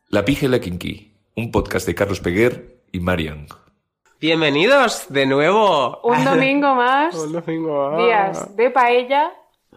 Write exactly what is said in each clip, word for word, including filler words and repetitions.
La Pija y la Kinky, un podcast de Carlos Peguer y Marian. Bienvenidos de nuevo. Un domingo más. Un domingo más. Días de paella,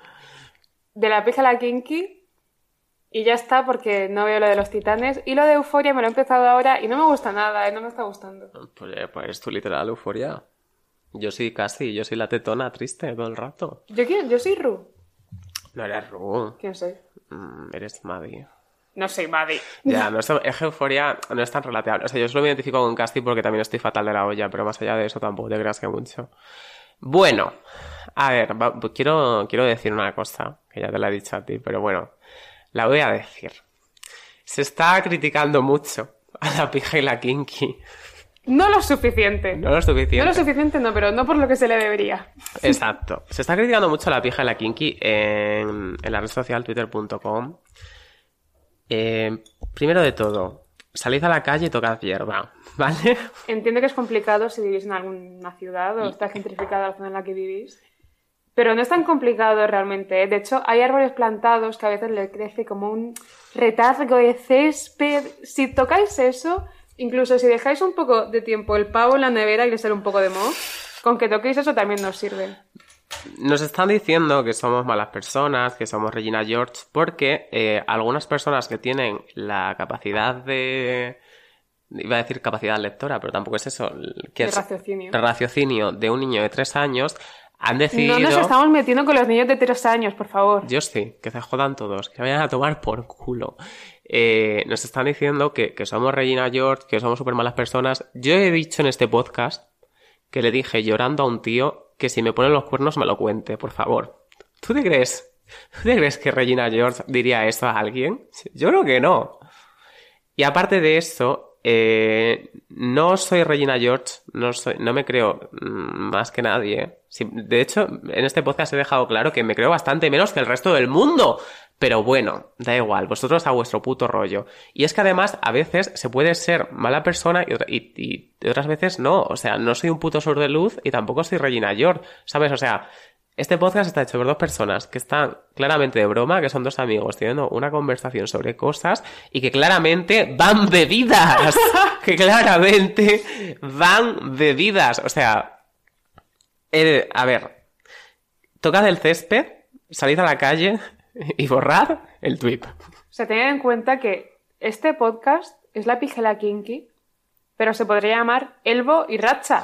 de La Pija y la Kinky, y ya está, porque no veo lo de los titanes. Y lo de Euforia me lo he empezado ahora y no me gusta nada, ¿eh? No me está gustando. Pues, pues tu literal euforia. Yo soy casi, yo soy la tetona triste todo el rato. ¿Yo quién? Yo soy Ru. No eres Ru. ¿Quién soy? Mm, eres Maddie. No soy Maddie. Ya, no es, es que Euforia no es tan relateable. O sea, yo solo me identifico con Casti porque también estoy fatal de la olla, pero más allá de eso tampoco te creas que mucho. Bueno, a ver, va, quiero, quiero decir una cosa, que ya te la he dicho a ti, pero bueno, la voy a decir. Se está criticando mucho a La Pija y la Kinky. No lo suficiente. No lo suficiente. No lo suficiente, no, pero no por lo que se le debería. Exacto. Se está criticando mucho a La Pija y la Kinky en, en la red social twitter punto com. Eh, primero de todo, salid a la calle y tocad hierba, ¿vale? Entiendo que es complicado si vivís en alguna ciudad o está gentrificada la zona en la que vivís, pero no es tan complicado realmente, ¿eh? De hecho, hay árboles plantados que a veces le crece como un retazgo de césped. Si tocáis eso, incluso si dejáis un poco de tiempo el pavo en la nevera y le sale un poco de moho, con que toquéis eso también nos sirve. Nos están diciendo que somos malas personas, que somos Regina George, porque eh, algunas personas que tienen la capacidad de... Iba a decir capacidad lectora, pero tampoco es eso. Que De es raciocinio. raciocinio de un niño de tres años, han decidido... No nos estamos metiendo con los niños de tres años, por favor. Yo sí, que se jodan todos, que vayan a tomar por culo. Eh, nos están diciendo que, que somos Regina George, que somos súper malas personas. Yo he dicho en este podcast que le dije llorando a un tío que si me ponen los cuernos me lo cuente, por favor. ¿Tú te crees? ¿Tú te crees que Regina George diría eso a alguien? Yo creo que no. Y aparte de eso, eh, no soy Regina George, no soy, no me creo más que nadie. Sí, de hecho, en este podcast he dejado claro que me creo bastante menos que el resto del mundo. Pero bueno, da igual, vosotros a vuestro puto rollo. Y es que además, a veces se puede ser mala persona y, y, y otras veces no. O sea, no soy un puto sur de luz y tampoco soy Regina George, ¿sabes? O sea, este podcast está hecho por dos personas que están claramente de broma, que son dos amigos teniendo una conversación sobre cosas y que claramente van bebidas. Que claramente van bebidas. O sea, eh, a ver, tocad el césped, salid a la calle... y borrar el tweet. O sea, tened en cuenta que este podcast es La Pija y la Kinky, pero se podría llamar Elbo y Racha.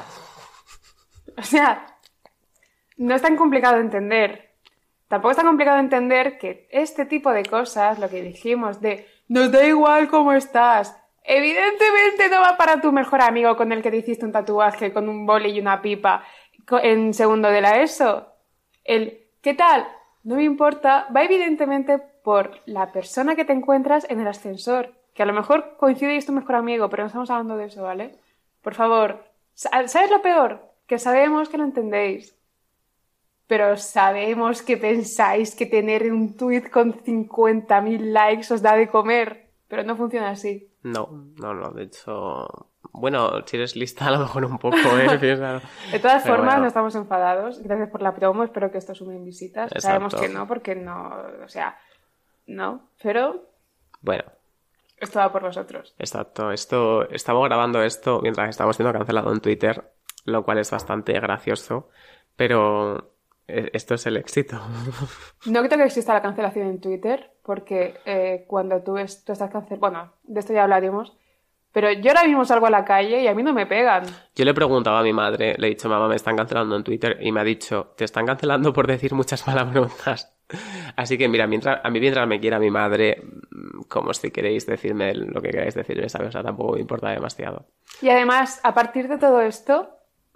O sea, no es tan complicado de entender. Tampoco es tan complicado de entender que este tipo de cosas, lo que dijimos de nos da igual cómo estás, evidentemente no va para tu mejor amigo con el que te hiciste un tatuaje con un boli y una pipa en segundo de la ESO. El ¿qué tal? No me importa, va evidentemente por la persona que te encuentras en el ascensor, que a lo mejor coincide y es tu mejor amigo, pero no estamos hablando de eso, ¿vale? Por favor, ¿sabes lo peor? Que sabemos que lo entendéis, pero sabemos que pensáis que tener un tuit con cincuenta mil likes os da de comer, pero no funciona así. No, no, no, de hecho... Bueno, si eres lista a lo mejor un poco, ¿eh? Piensa... De todas Pero formas, bueno. no estamos enfadados. Gracias por la promo, espero que esto sume en visitas. Exacto. Sabemos que no, porque no... O sea, no, pero... Bueno. Esto va por vosotros. Exacto. Esto, estamos grabando esto mientras estamos siendo cancelados en Twitter, lo cual es bastante gracioso, pero esto es el éxito. No creo que exista la cancelación en Twitter, porque eh, cuando tú, es, tú estás cancelado... Bueno, de esto ya hablaremos. Pero yo ahora mismo salgo a la calle y a mí no me pegan. Yo le preguntaba a mi madre, le he dicho, mamá, me están cancelando en Twitter, y me ha dicho, te están cancelando por decir muchas palabrotas. Así que mira, mientras, a mí mientras me quiera mi madre, como si queréis decirme lo que queráis decirme, ¿sabes? O sea, tampoco me importa demasiado. Y además, a partir de todo esto,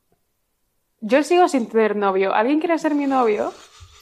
yo sigo sin tener novio. ¿Alguien quiere ser mi novio?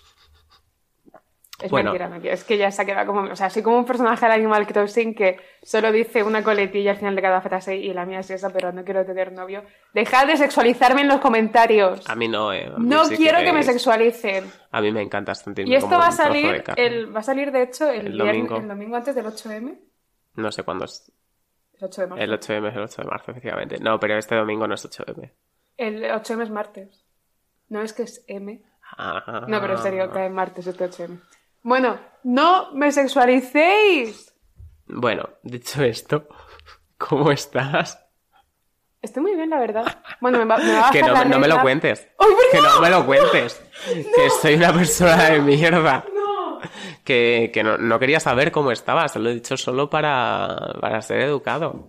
Es bueno. mentira, no quiero. Es que ya se ha quedado como... O sea, soy como un personaje del Animal Crossing que solo dice una coletilla al final de cada frase y la mía es esa, pero no quiero tener novio. Dejad de sexualizarme en los comentarios. A mí no, eh. A mí No sí quiero que, que me sexualicen. A mí me encanta sentirme Y esto como va a un trozo de salir, carne. el, va a salir de hecho el, El viernes- domingo. el domingo antes del ocho eme. No sé cuándo es. El ocho de marzo. El ocho eme es el ocho de marzo, efectivamente. No, pero este domingo no es ocho eme. El ocho eme es martes. No es que es M. Ah. No, pero en serio, cae en martes este ocho eme. Bueno, no me sexualicéis. Bueno, dicho esto, ¿cómo estás? Estoy muy bien, la verdad. Bueno, me va, me va a bajar Que no, la no me lo regla. cuentes. ¡Ay, por Que Dios! no me lo cuentes. No. Que soy una persona de mierda. No. Que, que no, no quería saber cómo estabas. Te lo he dicho solo para, para ser educado.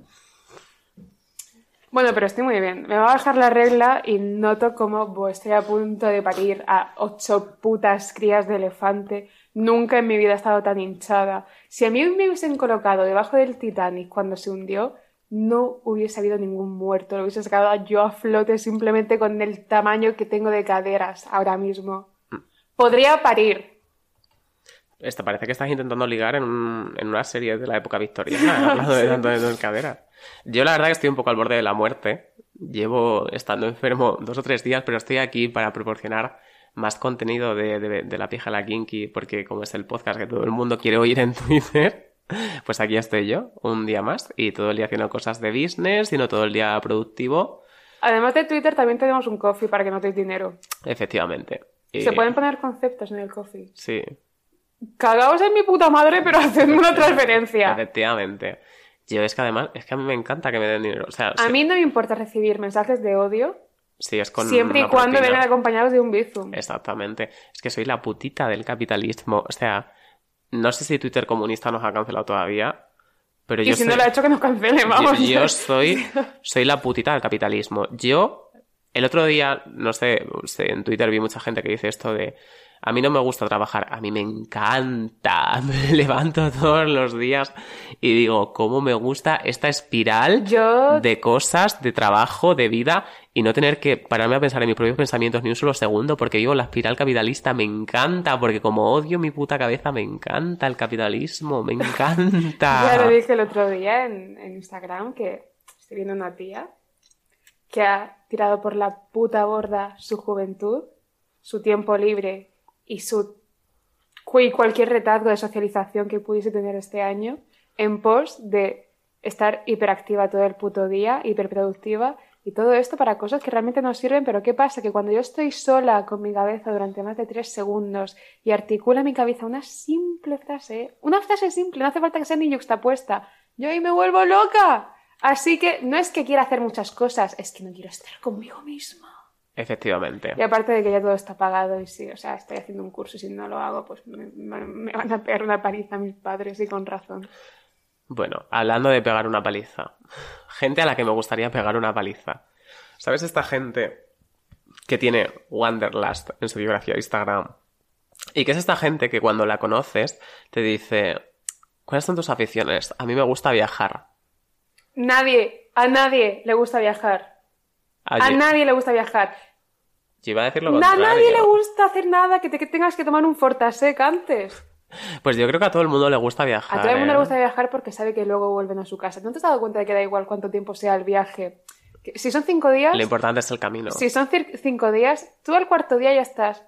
Bueno, pero estoy muy bien. Me va a bajar la regla y noto como buah, estoy a punto de parir a ocho putas crías de elefante. Nunca en mi vida he estado tan hinchada. Si a mí me hubiesen colocado debajo del Titanic cuando se hundió, no hubiese habido ningún muerto. Lo hubiese sacado yo a flote simplemente con el tamaño que tengo de caderas ahora mismo. Podría parir. Esto parece que estás intentando ligar en, un, en una serie de la época victoriana, hablando de tanto de tus caderas. Yo la verdad que estoy un poco al borde de la muerte. Llevo estando enfermo dos o tres días, pero estoy aquí para proporcionar más contenido de, de, de la pija a la kinky, porque como es el podcast que todo el mundo quiere oír en Twitter, pues aquí estoy yo, un día más, y todo el día haciendo cosas de business, y no todo el día productivo. Además de Twitter, también tenemos un coffee para que no te des dinero. Efectivamente. Y... Se pueden poner conceptos en el coffee. Sí. Cagaos en mi puta madre, pero hacedme una transferencia. Efectivamente. Yo es que además, es que a mí me encanta que me den dinero. O sea, A sí, mí no me importa recibir mensajes de odio, sí, es con siempre y una cuando propina. vengan acompañados de un bizum. Exactamente. Es que soy la putita del capitalismo. O sea, no sé si Twitter comunista nos ha cancelado todavía, pero Y yo si soy... no lo ha hecho, que nos cancele, vamos. Yo, yo soy, soy la putita del capitalismo. Yo, el otro día, no sé, en Twitter vi mucha gente que dice esto de a mí no me gusta trabajar, a mí me encanta. Me levanto todos los días y digo, cómo me gusta esta espiral Yo- de cosas, de trabajo, de vida, y no tener que pararme a pensar en mis propios pensamientos ni un solo segundo, porque digo, la espiral capitalista me encanta, porque como odio mi puta cabeza, me encanta el capitalismo, me encanta. Ya lo dije el otro día en, en Instagram, que estoy viendo una tía que ha tirado por la puta borda su juventud, su tiempo libre y su y cualquier retardo de socialización que pudiese tener este año en pos de estar hiperactiva todo el puto día, hiperproductiva, y todo esto para cosas que realmente no sirven. Pero ¿qué pasa? Que cuando yo estoy sola con mi cabeza durante más de tres segundos y articula en mi cabeza una simple frase, una frase simple, no hace falta que sea ni yuxtapuesta, yo ahí me vuelvo loca. Así que no es que quiera hacer muchas cosas, es que no quiero estar conmigo misma. Efectivamente. Y aparte de que ya todo está pagado y sí, o sea, estoy haciendo un curso y si no lo hago, pues me, me- me van a pegar una paliza mis padres, y con razón. Bueno, hablando de pegar una paliza. Gente a la que me gustaría pegar una paliza. ¿Sabes esta gente que tiene Wanderlust en su biografía de Instagram? Y que es esta gente que cuando la conoces te dice, ¿cuáles son tus aficiones? A mí me gusta viajar. Nadie, a nadie le gusta viajar. A Oye, nadie le gusta viajar. yo iba a decir lo A contrario. nadie le gusta hacer nada que, te, que tengas que tomar un Fortasec antes. Pues yo creo que a todo el mundo le gusta viajar. A todo el mundo ¿eh? le gusta viajar porque sabe que luego vuelven a su casa. ¿No te has dado cuenta de que da igual cuánto tiempo sea el viaje? Que si son cinco días, Lo importante es el camino. si son cir- cinco días, tú al cuarto día ya estás.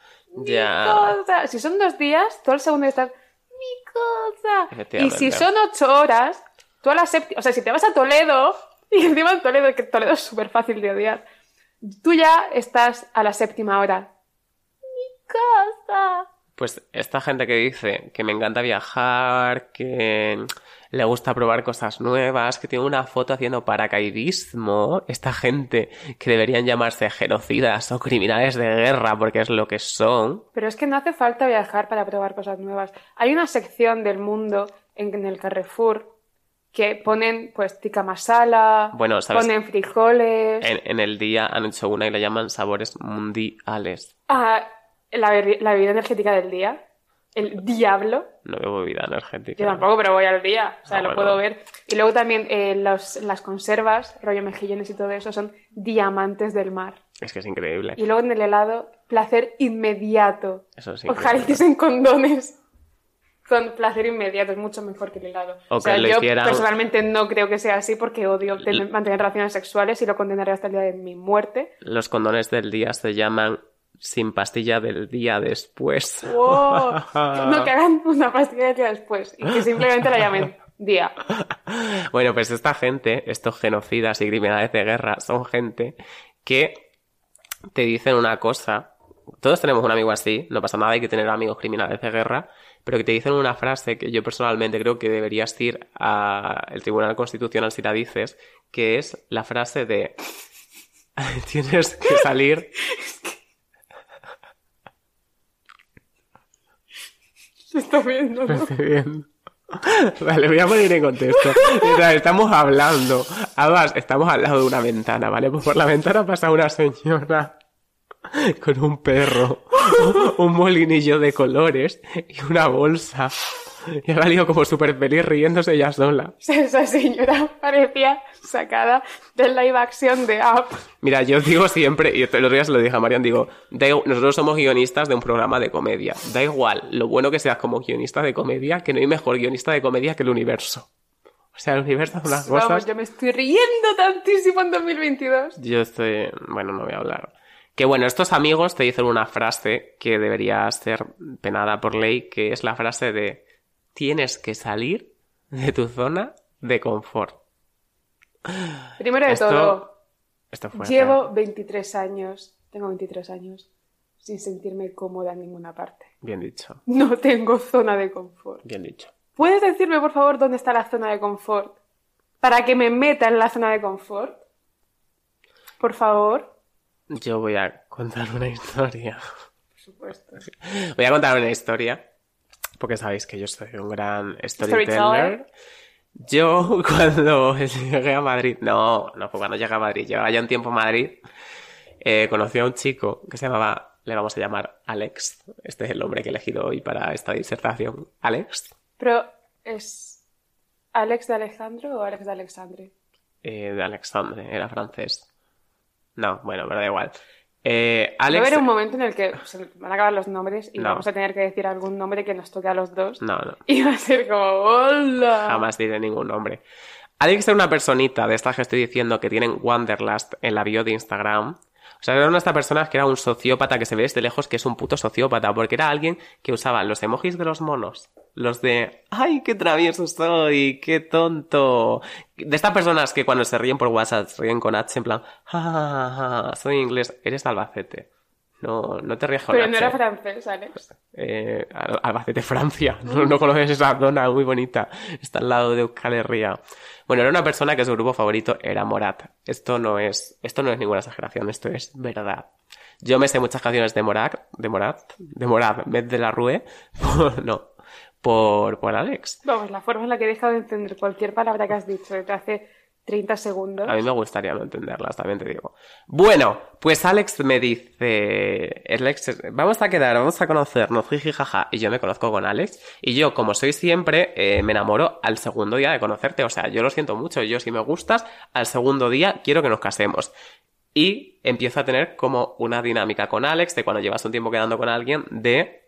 Ya. Cosa. Si son dos días, tú al segundo día estás. Mi cosa. Y Efectivamente. si son ocho horas, tú a la séptima. O sea, si te vas a Toledo, y encima en Toledo, que Toledo es súper fácil de odiar, tú ya estás a la séptima hora. Mi cosa. Pues esta gente que dice que me encanta viajar, que le gusta probar cosas nuevas, que tiene una foto haciendo paracaidismo, esta gente que deberían llamarse genocidas o criminales de guerra porque es lo que son. Pero es que no hace falta viajar para probar cosas nuevas. Hay una sección del mundo en, en el Carrefour que ponen pues tikka masala, Bueno, ¿sabes? ponen frijoles. En, en el día han hecho una y la llaman sabores mundiales. Ah, la, bebi- la bebida energética del día. El diablo. No bebo bebida energética. Yo tampoco, pero voy al día. O sea, Ah, lo bueno. puedo ver. Y luego también eh, los- las conservas, rollo mejillones y todo eso, son diamantes del mar. Es que es increíble. Y luego en el helado, placer inmediato. Eso es Ojalá increíble. hiciesen condones. Con placer inmediato, es mucho mejor que el helado. O O, sea, que lo yo hicieran- personalmente no creo que sea así porque odio L- tener- mantener relaciones sexuales y lo condenaré hasta el día de mi muerte. Los condones del día se llaman sin pastilla del día después. ¡Wow! No, que hagan una pastilla de día después y que simplemente la llamen día. Bueno, pues esta gente, estos genocidas y criminales de guerra, son gente que te dicen una cosa. Todos tenemos un amigo así, no pasa nada, hay que tener amigos criminales de guerra, pero que te dicen una frase que yo personalmente creo que deberías ir al Tribunal Constitucional si la dices, que es la frase de tienes que salir... Se está viendo, ¿no? Estoy viendo. Vale, voy a poner en contexto. Mientras estamos hablando, además, estamos al lado de una ventana, ¿vale? Pues por la ventana pasa una señora con un perro, un molinillo de colores y una bolsa. Y ha salido como súper feliz riéndose ella sola. Esa señora parecía sacada del live action de Up. Mira, yo digo siempre, y el otro día se lo dije a Marian, digo, da igual, nosotros somos guionistas de un programa de comedia. Da igual lo bueno que seas como guionista de comedia, que no hay mejor guionista de comedia que el universo. O sea, el universo hace unas cosas... Vamos, yo me estoy riendo tantísimo en dos mil veintidós. Yo estoy... Bueno, no voy a hablar. Que bueno, estos amigos te dicen una frase que debería ser penada por ley, que es la frase de tienes que salir de tu zona de confort. Primero de Esto- todo, Esto fue llevo veintitrés años, tengo veintitrés años, sin sentirme cómoda en ninguna parte. Bien dicho, No tengo zona de confort. bien dicho. ¿Puedes decirme, por favor, dónde está la zona de confort? Para que me meta en la zona de confort. Por favor. Yo voy a contar una historia. Por supuesto. Voy a contar una historia, porque sabéis que yo soy un gran storyteller. Storyteller. Yo cuando llegué a Madrid, no, no fue cuando llegué a Madrid, llevaba ya un tiempo a Madrid, eh, conocí a un chico que se llamaba, le vamos a llamar Alex, este es el nombre que he elegido hoy para esta disertación, Alex, Pero, ¿es Alex de Alejandro o Alex de Alexandre? eh, de Alexandre, era francés. No, bueno, pero da igual. Eh, Va a Alex... haber un momento en el que se van a acabar los nombres y No. vamos a tener que decir algún nombre que nos toque a los dos. No, no. Y va a ser como, ¡hola! Jamás diré ningún nombre. Alex era una personita de estas que estoy diciendo que tienen Wanderlust en la bio de Instagram. O sea, era una de estas personas que era un sociópata que se ve desde lejos que es un puto sociópata, porque era alguien que usaba los emojis de los monos. Los de, ¡ay, qué travieso soy! ¡Qué tonto! De estas personas que cuando se ríen por WhatsApp se ríen con H en plan, ¡ja, ja, ja, soy inglés! Eres de Albacete. No, no te ríes con Pero H. no era francés, Alex. Eh, Al- Albacete, Francia. No, no conoces esa zona muy bonita. Está al lado de Euskal Herria. Bueno, era una persona que su grupo favorito era Morat. Esto no es, esto no es ninguna exageración, esto es verdad. Yo me sé muchas canciones de Morat, de Morat, de Morat, Met de la Rue, por, no, por, por Alex. Vamos, la forma en la que he dejado de entender cualquier palabra que has dicho desde hace treinta segundos. A mí me gustaría no entenderlas, también te digo. Bueno, pues Alex me dice, Alex, vamos a quedar, vamos a conocernos, jiji, jaja. Y yo me conozco con Alex. Y yo, como soy siempre, eh, me enamoro al segundo día de conocerte. O sea, yo lo siento mucho. Yo, si me gustas, al segundo día quiero que nos casemos. Y empiezo a tener como una dinámica con Alex de cuando llevas un tiempo quedando con alguien de...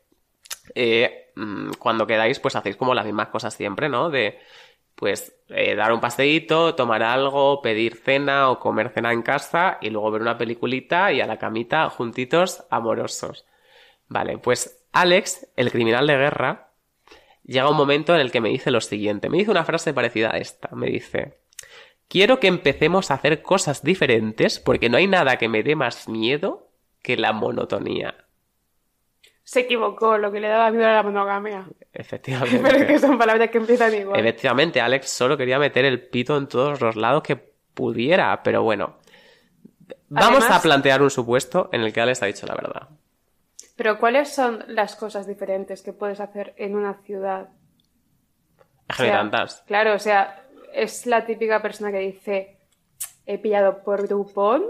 Eh, mm, cuando quedáis, pues hacéis como las mismas cosas siempre, ¿no? De... Pues eh, dar un paseíto, tomar algo, pedir cena o comer cena en casa y luego ver una peliculita y a la camita juntitos amorosos. Vale, pues Alex, el criminal de guerra, llega un momento en el que me dice lo siguiente. Me dice una frase parecida a esta. Me dice, quiero que empecemos a hacer cosas diferentes porque no hay nada que me dé más miedo que la monotonía. Se equivocó, lo que le daba miedo era la monogamia. Efectivamente. Pero es que son palabras que empiezan igual. Efectivamente, Alex solo quería meter el pito en todos los lados que pudiera, pero bueno. Vamos Además- a plantear un supuesto en el que Alex ha dicho la verdad. Pero ¿cuáles son las cosas diferentes que puedes hacer en una ciudad? Es O que no hay sea, tantas. Claro, o sea, es la típica persona que dice, he pillado por Dupont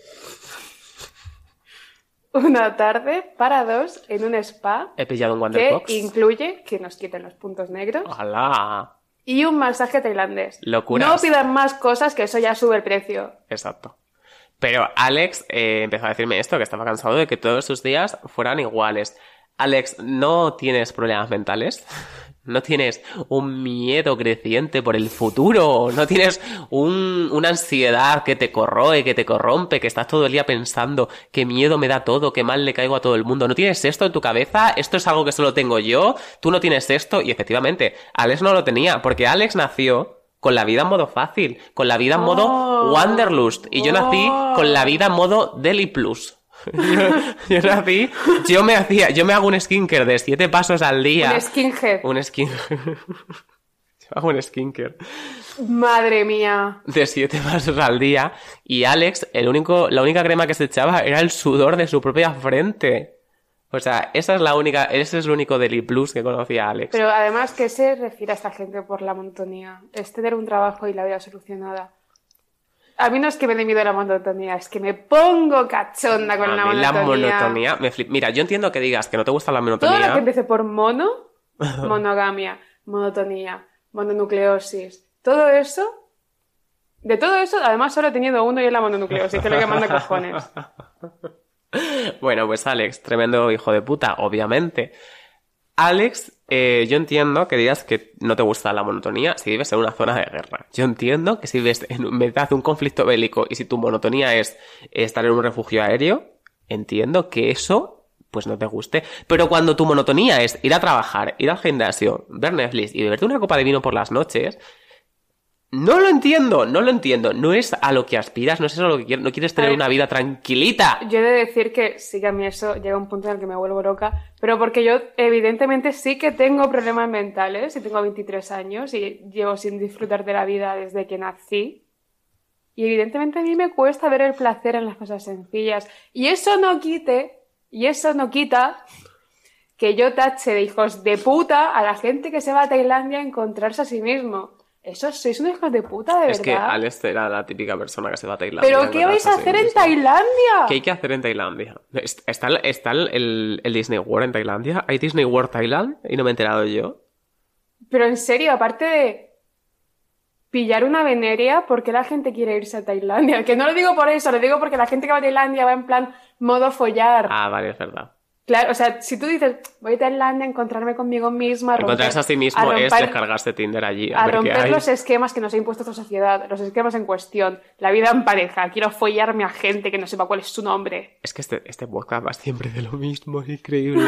una tarde para dos en un spa He pillado un que Wanderbox. incluye que nos quiten los puntos negros ¡Hala! y un masaje tailandés. Locuras. No pidan más cosas, que eso ya sube el precio. Exacto. Pero Alex eh, empezó a decirme esto, que estaba cansado de que todos sus días fueran iguales. Alex, ¿no tienes problemas mentales? ¿No tienes un miedo creciente por el futuro? ¿No tienes un, una ansiedad que te corroe, que te corrompe, que estás todo el día pensando qué miedo me da todo, qué mal le caigo a todo el mundo? ¿No tienes esto en tu cabeza? ¿Esto es algo que solo tengo yo? ¿Tú no tienes esto? Y efectivamente, Alex no lo tenía, porque Alex nació con la vida en modo fácil, con la vida en modo Oh. Wanderlust, y yo nací Oh. con la vida en modo Deli Plus. Yo, yo nací, yo me hacía, yo me hago un skincare de siete pasos al día. Un skinhead. Un skin, yo hago un skincare Madre mía. de siete pasos al día y Alex, el único, la única crema que se echaba era el sudor de su propia frente. O sea, esa es la única, ese es el único Deli Plus que conocía a Alex. Pero además, ¿qué se refiere a esta gente por la monotonía? Es tener un trabajo y la vida solucionada. A mí no es que me dé miedo la monotonía, es que me pongo cachonda con A la mí monotonía. la monotonía me flip... Mira, yo entiendo que digas que no te gusta la Todo lo que monotonía. empiece por mono, monogamia, monotonía, mononucleosis, todo eso, de todo eso, además solo he tenido uno y es la mononucleosis, que es lo que manda cojones. Bueno, pues Alex, tremendo hijo de puta, obviamente. Alex, eh, yo entiendo que digas que no te gusta la monotonía si vives en una zona de guerra. Yo entiendo que si vives en mitad de un conflicto bélico y si tu monotonía es estar en un refugio aéreo, entiendo que eso pues no te guste. Pero cuando tu monotonía es ir a trabajar, ir al gimnasio, ver Netflix y beberte una copa de vino por las noches, no lo entiendo, no lo entiendo. No es a lo que aspiras, no es eso a lo que quieres, no quieres tener A ver, una vida tranquilita. Yo he de decir que sí que a mí eso llega a un punto en el que me vuelvo loca, pero porque yo evidentemente sí que tengo problemas mentales y tengo veintitrés años y llevo sin disfrutar de la vida desde que nací. Y evidentemente a mí me cuesta ver el placer en las cosas sencillas. Y eso no quite, y eso no quita que yo tache de hijos de puta a la gente que se va a Tailandia a encontrarse a sí mismo. Eso sois unos hijos de puta, de verdad. Es que Alex era la típica persona que se va a Tailandia. ¿Pero qué vais a hacer en Tailandia? ¿Qué hay que hacer en Tailandia? ¿Está, está el, el, el Disney World en Tailandia? ¿Hay Disney World Thailand? Y no me he enterado yo. Pero en serio, aparte de pillar una veneria, ¿por qué la gente quiere irse a Tailandia? Que no lo digo por eso, lo digo porque la gente que va a Tailandia va en plan modo follar. Ah, vale, es verdad. Claro, o sea, si tú dices, voy a Tailandia a encontrarme conmigo misma, a romper, Encontrarse a sí mismo a romper, es descargarse Tinder allí. A, a ver qué romper hay. los esquemas que nos ha impuesto esta sociedad, los esquemas en cuestión, la vida en pareja, quiero follarme a gente que no sepa cuál es su nombre. Es que este, este podcast va siempre de lo mismo, es increíble.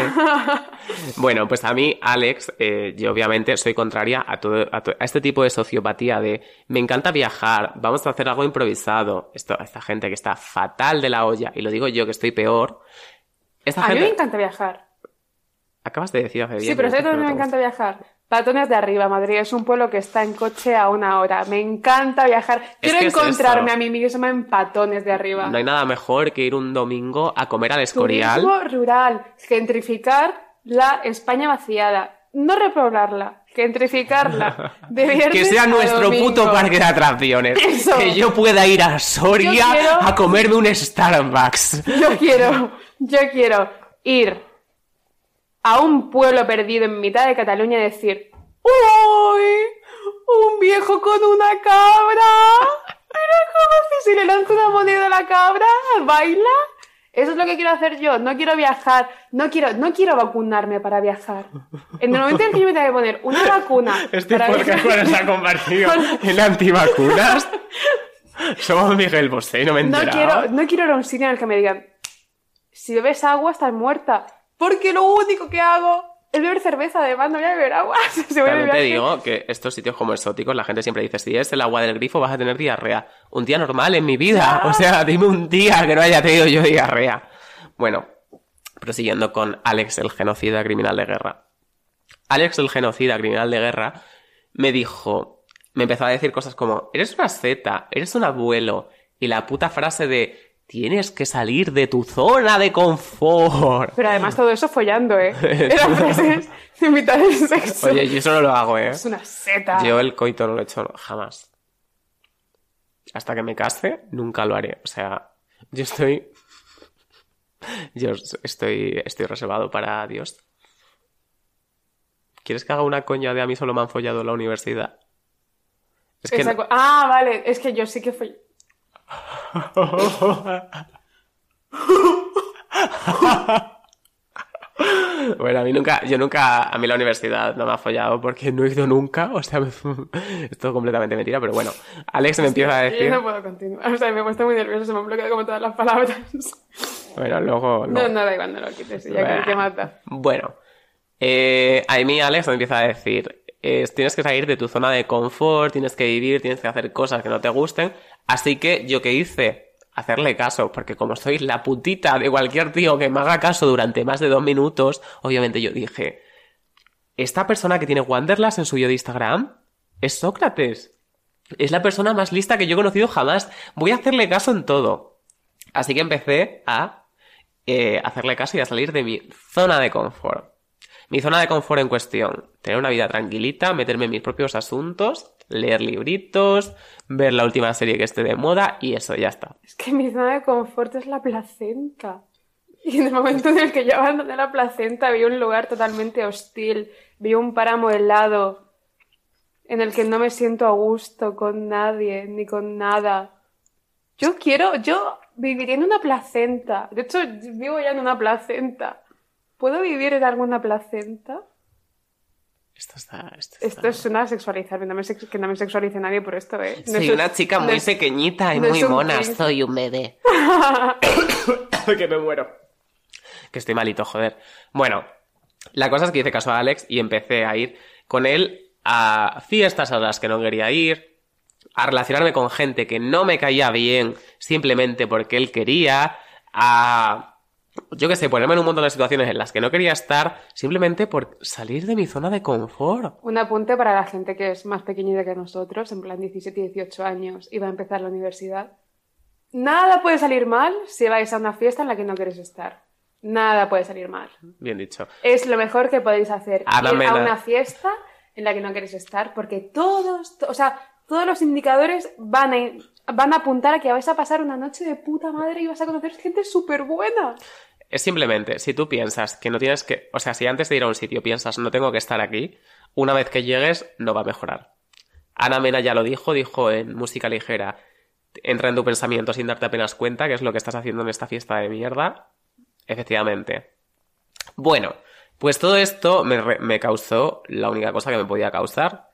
Bueno, pues a mí, Alex, eh, yo obviamente soy contraria a todo, a, to a este tipo de sociopatía de me encanta viajar, vamos a hacer algo improvisado. Esto, esta gente que está fatal de la olla, y lo digo yo que estoy peor. Esta a gente... mí me encanta viajar. Acabas de decir hace diez Sí, pero ¿sabes minutos dónde que me no te encanta viajar? Patones de Arriba, Madrid. Es un pueblo que está en coche a una hora. Me encanta viajar. Quiero que es encontrarme eso. a mí misma en Patones de Arriba. No hay nada mejor que ir un domingo a comer al Escorial. Turismo rural. Gentrificar la España vaciada. No repoblarla. Gentrificarla. De viernes Que sea a nuestro domingo. puto parque de atracciones. Eso. Que yo pueda ir a Soria Yo quiero- a comerme un Starbucks. Yo quiero, yo quiero ir a un pueblo perdido en mitad de Cataluña y decir ¡Uy! ¡Un viejo con una cabra! ¿Pero cómo si se le lanza una moneda a la cabra? ¿Baila? Eso es lo que quiero hacer yo. No quiero viajar. No quiero, no quiero vacunarme para viajar. En el momento en que yo me tenga que poner una vacuna Este para podcast viajar- cuando se ha convertido en antivacunas. Somos Miguel Bosé y no me he No enterado. quiero, no quiero ir a un sitio en el que me digan si bebes agua estás muerta. Porque lo único que hago es beber cerveza, además no voy a beber agua. Se voy a También te beber- digo que estos sitios como exóticos, la gente siempre dice, si es el agua del grifo vas a tener diarrea. Un día normal en mi vida. O sea, dime un día que no haya tenido yo diarrea. Bueno, prosiguiendo con Alex, el genocida criminal de guerra. Alex, el genocida criminal de guerra, me dijo, me empezó a decir cosas como, eres una seta, eres un abuelo. Y la puta frase de, tienes que salir de tu zona de confort. Pero además todo eso follando, ¿eh? Eran frases de mitad del sexo. Oye, yo eso no lo hago, ¿eh? Es una seta. Yo el coito no lo he hecho jamás. Hasta que me case, nunca lo haré. O sea, yo estoy... Yo estoy, estoy reservado para Dios. ¿Quieres que haga una coña de a mí solo me han follado en la universidad? Es que... Esa co- Ah, vale. Es que yo sí que fui... Bueno, a mí nunca, yo nunca, a mí la universidad no me ha follado porque no he ido nunca, o sea, me, es todo completamente mentira, pero bueno, Alex me empieza a Yo decir, no puedo continuar. O sea, me he puesto muy nervioso. Se me han bloqueado como todas las palabras. bueno, luego, No, luego- no, da igual, no lo quites. Ya que te mata. Bueno, eh, a mí Alex me empieza a decir, eh, tienes que salir de tu zona de confort, tienes que vivir, tienes que hacer cosas que no te gusten, así que, ¿yo qué hice? hacerle caso, porque como soy la putita de cualquier tío que me haga caso durante más de dos minutos, obviamente yo dije, esta persona que tiene Wanderlust en su bio de Instagram es Sócrates. Es la persona más lista que yo he conocido jamás. Voy a hacerle caso en todo. Así que empecé a eh, hacerle caso y a salir de mi zona de confort. Mi zona de confort en cuestión, tener una vida tranquilita, meterme en mis propios asuntos, leer libritos, ver la última serie que esté de moda y eso, ya está. Es que mi zona de confort es la placenta. Y en el momento en el que yo abandoné la placenta vi un lugar totalmente hostil, vi un páramo helado en el que no me siento a gusto con nadie ni con nada. Yo quiero, yo viviría en una placenta. De hecho, vivo ya en una placenta. ¿Puedo vivir en alguna placenta? Esto está... Esto, esto está... es una sexualizarme. No me sex... Que no me sexualice nadie por esto, ¿eh? No Soy es... una chica muy no es... pequeñita y no muy es un mona. princ. Soy un bebé. Que me muero. Que estoy malito, joder. Bueno, la cosa es que hice caso a Alex y empecé a ir con él a fiestas a las que no quería ir, a relacionarme con gente que no me caía bien simplemente porque él quería, a... yo qué sé, ponerme en un montón de situaciones en las que no quería estar simplemente por salir de mi zona de confort. Un apunte para la gente que es más pequeñita que nosotros, en plan diecisiete, dieciocho años, y va a empezar la universidad. Nada puede salir mal si vais a una fiesta en la que no queréis estar. Nada puede salir mal. Bien dicho. Es lo mejor que podéis hacer. Ana Ir Mena. a una fiesta en la que no queréis estar, porque todos, to- o sea, todos los indicadores van a, van a apuntar a que vais a pasar una noche de puta madre y vas a conocer gente súper buena. Es simplemente, si tú piensas que no tienes que... O sea, si antes de ir a un sitio piensas no tengo que estar aquí, una vez que llegues no va a mejorar. Ana Mena ya lo dijo, dijo en Música Ligera, entra en tu pensamiento sin darte apenas cuenta, que es lo que estás haciendo en esta fiesta de mierda. Efectivamente. Bueno, pues todo esto me, re- me causó la única cosa que me podía causar.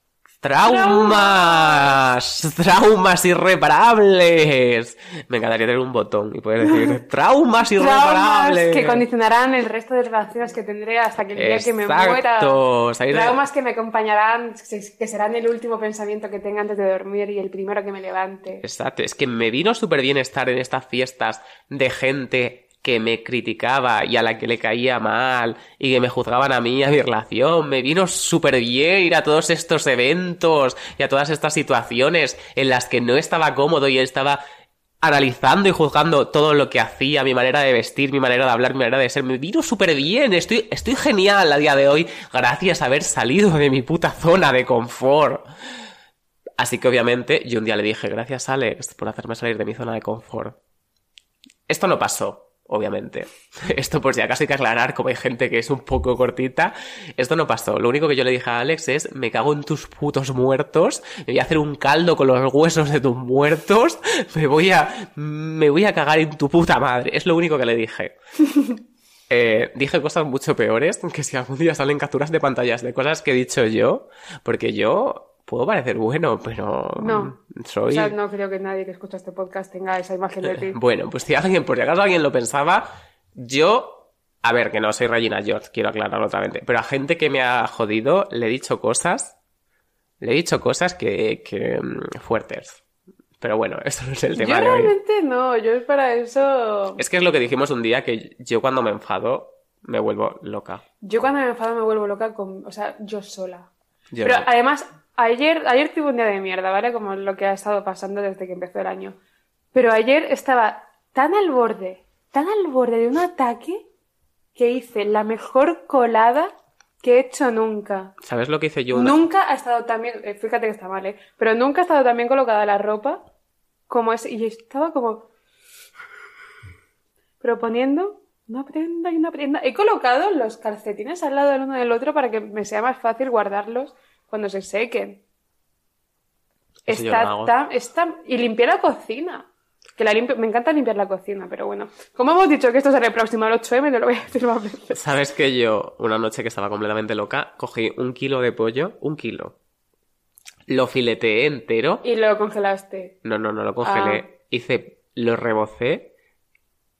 ¡Traumas! ¡Traumas irreparables! Me encantaría tener un botón y poder decir ¡traumas Traumas irreparables! que condicionarán el resto de relaciones que tendré hasta que el día que me muera. Exacto. Salir de- Traumas que me acompañarán, que serán el último pensamiento que tenga antes de dormir y el primero que me levante. Exacto, es que me vino súper bien estar en estas fiestas de gente que me criticaba y a la que le caía mal y que me juzgaban a mí y a mi relación. Me vino súper bien ir a todos estos eventos y a todas estas situaciones en las que no estaba cómodo y él estaba analizando y juzgando todo lo que hacía, mi manera de vestir, mi manera de hablar, mi manera de ser. Me vino súper bien, estoy, estoy genial a día de hoy gracias a haber salido de mi puta zona de confort. Así que obviamente yo un día le dije, gracias Alex por hacerme salir de mi zona de confort. Esto no pasó, obviamente. Esto por si acaso hay que aclarar, como hay gente que es un poco cortita. Esto no pasó. Lo único que yo le dije a Alex es, me cago en tus putos muertos, me voy a hacer un caldo con los huesos de tus muertos, me voy a, me voy a cagar en tu puta madre. Es lo único que le dije. Eh, dije cosas mucho peores, que si algún día salen capturas de pantallas de cosas que he dicho yo, porque yo puedo parecer bueno, pero No. soy... O sea, no creo que nadie que escucha este podcast tenga esa imagen de ti. Bueno, pues si alguien, por si acaso alguien lo pensaba, yo, a ver, que no soy Regina George, quiero aclararlo otra vez, pero a gente que me ha jodido le he dicho cosas, le he dicho cosas que, que mm, fuertes. Pero bueno, eso no es el tema Yo de hoy. realmente no, yo para eso... Es que es lo que dijimos un día, que yo cuando me enfado me vuelvo loca. Yo cuando me enfado me vuelvo loca, con... o sea, yo sola. Yo Pero no. además, ayer, ayer tuve un día de mierda, ¿vale? Como lo que ha estado pasando desde que empezó el año. Pero ayer estaba tan al borde, tan al borde de un ataque, que hice la mejor colada que he hecho nunca. ¿Sabes lo que hice yo? Una... Nunca ha estado tan bien, eh, fíjate que está mal, ¿eh? Pero nunca ha estado tan bien colocada la ropa como es, y estaba como proponiendo una prenda y una prenda. He colocado los calcetines al lado del uno del otro para que me sea más fácil guardarlos cuando se sequen. Eso yo Está no hago. tan, está, y limpié la cocina. Que la limpio, me encanta limpiar la cocina, pero bueno. Como hemos dicho que esto será el próximo al ocho eme, te lo voy a decir más veces. ¿Sabes que yo, una noche que estaba completamente loca, cogí un kilo de pollo, un kilo, lo fileteé entero, Y lo congelaste. no, no, no lo congelé, Ah. hice, lo rebocé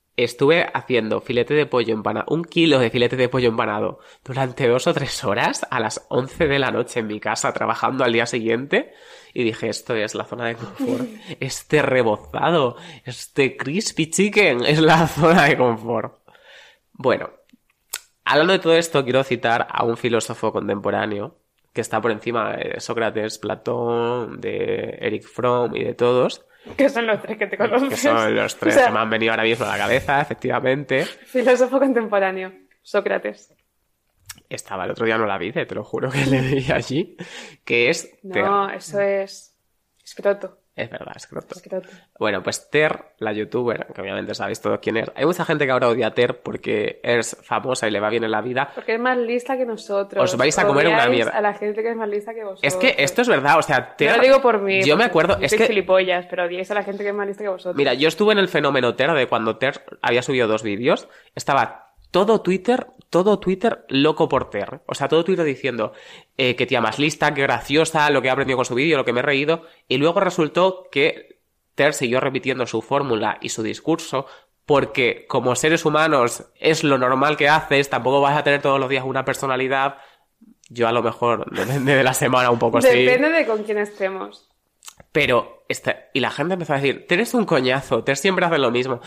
estuve haciendo filete de pollo empanado, un kilo de filete de pollo empanado durante dos o tres horas a las once de la noche en mi casa trabajando al día siguiente y dije, esto es la zona de confort, este rebozado, este crispy chicken es la zona de confort. Bueno, hablando de todo esto quiero citar a un filósofo contemporáneo que está por encima de Sócrates, Platón, de Eric Fromm y de todos. Que son los tres que te conoces. Que son los tres o sea, que me han venido ahora mismo a la cabeza, efectivamente. Filósofo contemporáneo, Sócrates. Estaba el otro día, no la vi, te lo juro que le veía allí. Que es... No, Ter. eso es... Escroto. Es verdad, escroto. Escroto. Bueno, pues Ter, la youtuber, que obviamente sabéis todo quién es. Hay mucha gente que ahora odia a Ter porque es famosa y le va bien en la vida. Porque es más lista que nosotros. Os vais a comer Odiáis una mierda. A la gente que es más lista que vosotros. Es que esto es verdad, o sea, Ter... Yo lo digo por mí. Yo me acuerdo... Yo es soy que gilipollas, pero odiáis a la gente que es más lista que vosotros. Mira, yo estuve en el fenómeno Ter de cuando Ter había subido dos vídeos. Estaba todo Twitter, todo Twitter loco por Ter. O sea, todo Twitter diciendo eh, que tía más lista, que graciosa, lo que he aprendido con su vídeo, lo que me he reído. Y luego resultó que Ter siguió repitiendo su fórmula y su discurso porque como seres humanos es lo normal que haces, tampoco vas a tener todos los días una personalidad. Yo a lo mejor, depende de la semana un poco, sí. Depende de con quién estemos. Pero, esta... y la gente empezó a decir, Ter es un coñazo, Ter siempre hace lo mismo.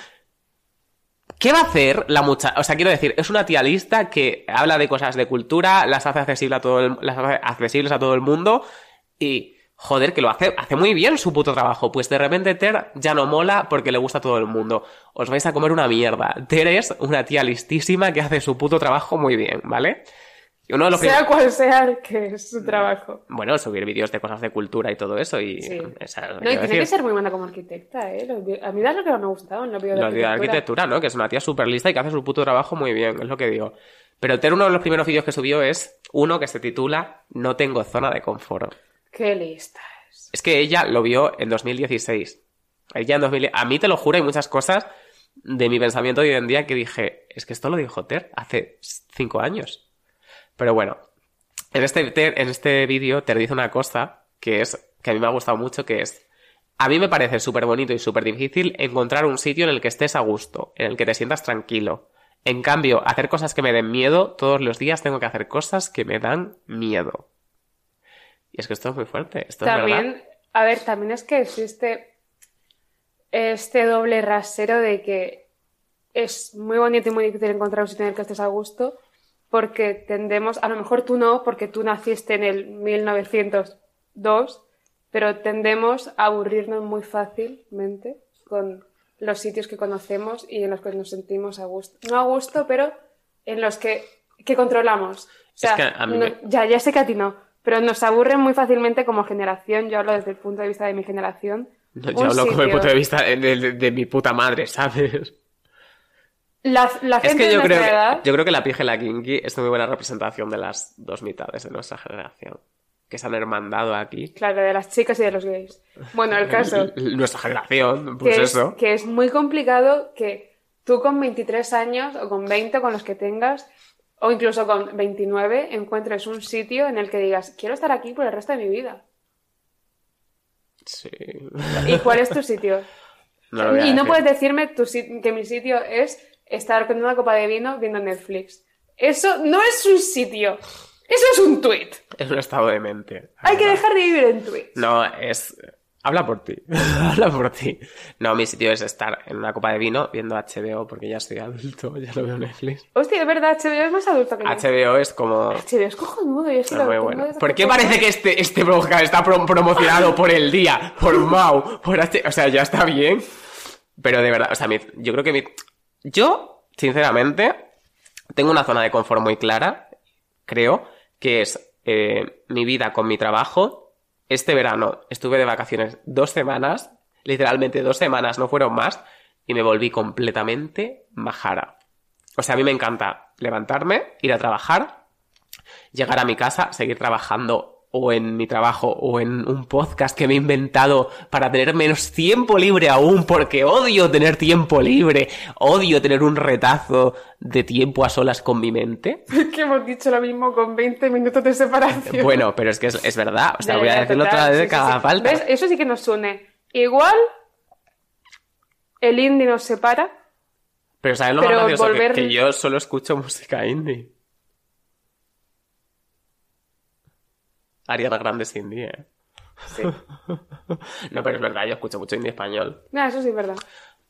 ¿Qué va a hacer la muchacha? O sea, quiero decir, es una tía lista que habla de cosas de cultura, las hace accesible a todo el... las hace accesibles a todo el mundo y, joder, que lo hace, hace muy bien su puto trabajo. Pues de repente Ter ya no mola porque le gusta a todo el mundo. Os vais a comer una mierda. Ter es una tía listísima que hace su puto trabajo muy bien, ¿vale? Y uno de los sea prim... cual sea que es su trabajo. Bueno, subir vídeos de cosas de cultura y todo eso y... Sí. Esa, no, y tiene decir. que ser muy buena como arquitecta, ¿eh? A mí es lo que me ha gustado en los vídeos de los vídeos de arquitectura, ¿no? Que es una tía súper lista y que hace su puto trabajo muy bien, es lo que digo. Pero Ter, uno de los primeros vídeos que subió es uno que se titula No tengo zona de confort. ¡Qué lista es! Es que ella lo vio en dos mil dieciséis. Ella en dos mil... A mí, te lo juro, hay muchas cosas de mi pensamiento de hoy en día que dije, es que esto lo dijo Ter hace cinco años. Pero bueno... En este, en este vídeo Ter dice una cosa que es que a mí me ha gustado mucho, que es a mí me parece súper bonito y súper difícil encontrar un sitio en el que estés a gusto, en el que te sientas tranquilo. En cambio, hacer cosas que me den miedo, todos los días tengo que hacer cosas que me dan miedo. Y es que esto es muy fuerte, esto también, es verdad. A ver, también es que existe este doble rasero de que es muy bonito y muy difícil encontrar un sitio en el que estés a gusto, porque tendemos, a lo mejor tú no, porque tú naciste en el mil novecientos dos, pero tendemos a aburrirnos muy fácilmente con los sitios que conocemos y en los que nos sentimos a gusto. No a gusto, pero en los que, que controlamos. O sea, es que a mí no, me... ya, ya sé que a ti no, pero nos aburren muy fácilmente como generación. Yo hablo desde el punto de vista de mi generación. No, yo hablo sitio... como el punto de vista de, de, de mi puta madre, ¿sabes? La, la gente es que yo de creo nuestra edad... que, yo creo que la pija y la kinky es una muy buena representación de las dos mitades de nuestra generación. Que se han hermandado aquí. Claro, de las chicas y de los gays. Bueno, el caso... Nuestra generación, pues que eso. Es, que es muy complicado que tú con veintitrés años, o con veinte, con los que tengas, o incluso con veintinueve, encuentres un sitio en el que digas, quiero estar aquí por el resto de mi vida. Sí. ¿Y cuál es tu sitio? No lo voy a y no decir. puedes decirme tu, que mi sitio es estar con una copa de vino viendo Netflix. Eso no es un sitio. Eso es un tweet. Es un estado de mente. Hay que dejar de vivir en tweets. No, es... Habla por ti. Habla por ti. No, mi sitio es estar en una copa de vino viendo H B O porque ya soy adulto, ya no veo Netflix. Hostia, es verdad, H B O es más adulto que H B O es como... H B O es cojonudo. Yo sí Es lo muy tengo bueno. desde ¿Por hace qué poco. parece que este, este podcast está pro- promocionado por El Día, por Mau, por H... O sea, ya está bien. Pero de verdad, o sea, mi... yo creo que mi... Yo, sinceramente, tengo una zona de confort muy clara, creo, que es eh, mi vida con mi trabajo. Este verano estuve de vacaciones dos semanas, literalmente dos semanas, no fueron más, y me volví completamente majara. O sea, a mí me encanta levantarme, ir a trabajar, llegar a mi casa, seguir trabajando o en mi trabajo o en un podcast que me he inventado para tener menos tiempo libre aún, porque odio tener tiempo libre, odio tener un retazo de tiempo a solas con mi mente. Que hemos dicho lo mismo con veinte minutos de separación. Bueno, pero es que es, es verdad, o sea, Ya, voy a ya, decirlo total, otra vez sí, de sí, cada sí. falta. ¿Ves? Eso sí que nos une. Igual el indie nos separa, Pero ¿sabes lo Pero más gracioso? volver- Que, que yo solo escucho música indie. Ariana Grande es indie, ¿eh? Sí. No, pero es verdad, yo escucho mucho indie español. No, eso sí es verdad.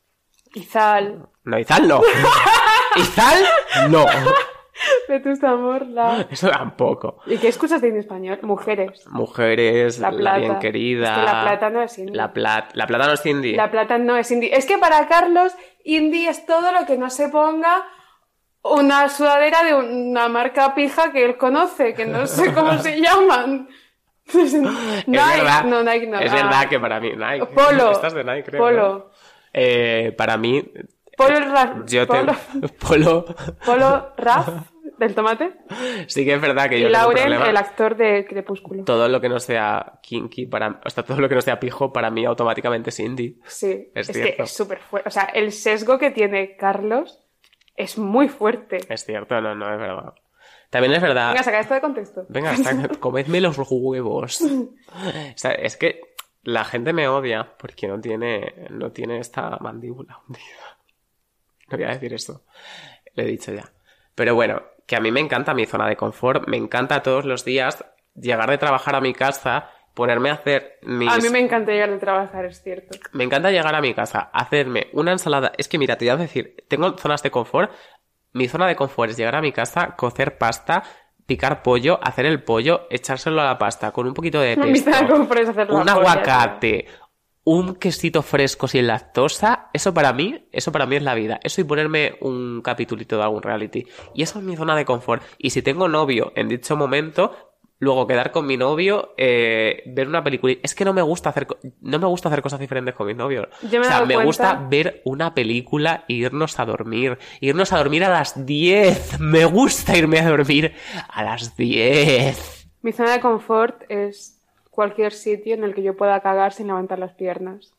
Izal. No, Izal no. Izal no. Vetusta Morla. Eso tampoco. ¿Y qué escuchas de indie español? Mujeres. Mujeres, La La, Plata. Bien Querida. Es que La Plata no es indie. La, Plat- la Plata no es indie. La Plata no es indie. Es que para Carlos, indie es todo lo que no se ponga una sudadera de una marca pija que él conoce, que no sé cómo se llaman. Nike, es verdad, no, Nike no. Es Ah. verdad que para mí Nike. Polo. Esta es de Nike, creo. Polo. ¿no? Eh, para mí, Polo Raf. yo Polo, tengo... Polo... Polo Raf del tomate. Sí que es verdad que Y yo tengo un Lauren, problema. el actor de Crepúsculo. Todo lo que no sea kinky, para... o sea, todo lo que no sea pijo, para mí automáticamente es indie. Sí, Es es, que cierto. es súper fuerte. O sea, el sesgo que tiene Carlos es muy fuerte. Es cierto, no, no, es verdad. También es verdad... Venga, saca esto de contexto. Venga, saca- comedme los huevos. O sea, es que la gente me odia porque no tiene, no tiene esta mandíbula hundida. No voy a decir eso. Lo he dicho ya. Pero bueno, que a mí me encanta mi zona de confort. Me encanta todos los días llegar de trabajar a mi casa, ponerme a hacer mis... A mí me encanta llegar de trabajar, es cierto. Me encanta llegar a mi casa, hacerme una ensalada. Es que mira, te voy a decir, tengo zonas de confort. Mi zona de confort es llegar a mi casa, cocer pasta, picar pollo, hacer el pollo, echárselo a la pasta con un poquito de Mi zona de pesto, confort es hacer la un polla, aguacate, un quesito fresco sin lactosa. Eso para mí, eso para mí es la vida. Eso y ponerme un capitulito de algún reality. Y eso es mi zona de confort. Y si tengo novio en dicho momento, luego quedar con mi novio, eh, ver una película. Es que no me gusta hacer, co- no me gusta hacer cosas diferentes con mis novios. Yo me he o sea, dado me cuenta- gusta ver una película e irnos a dormir. Irnos a dormir a las diez. Me gusta irme a dormir a las diez. Mi zona de confort es cualquier sitio en el que yo pueda cagar sin levantar las piernas.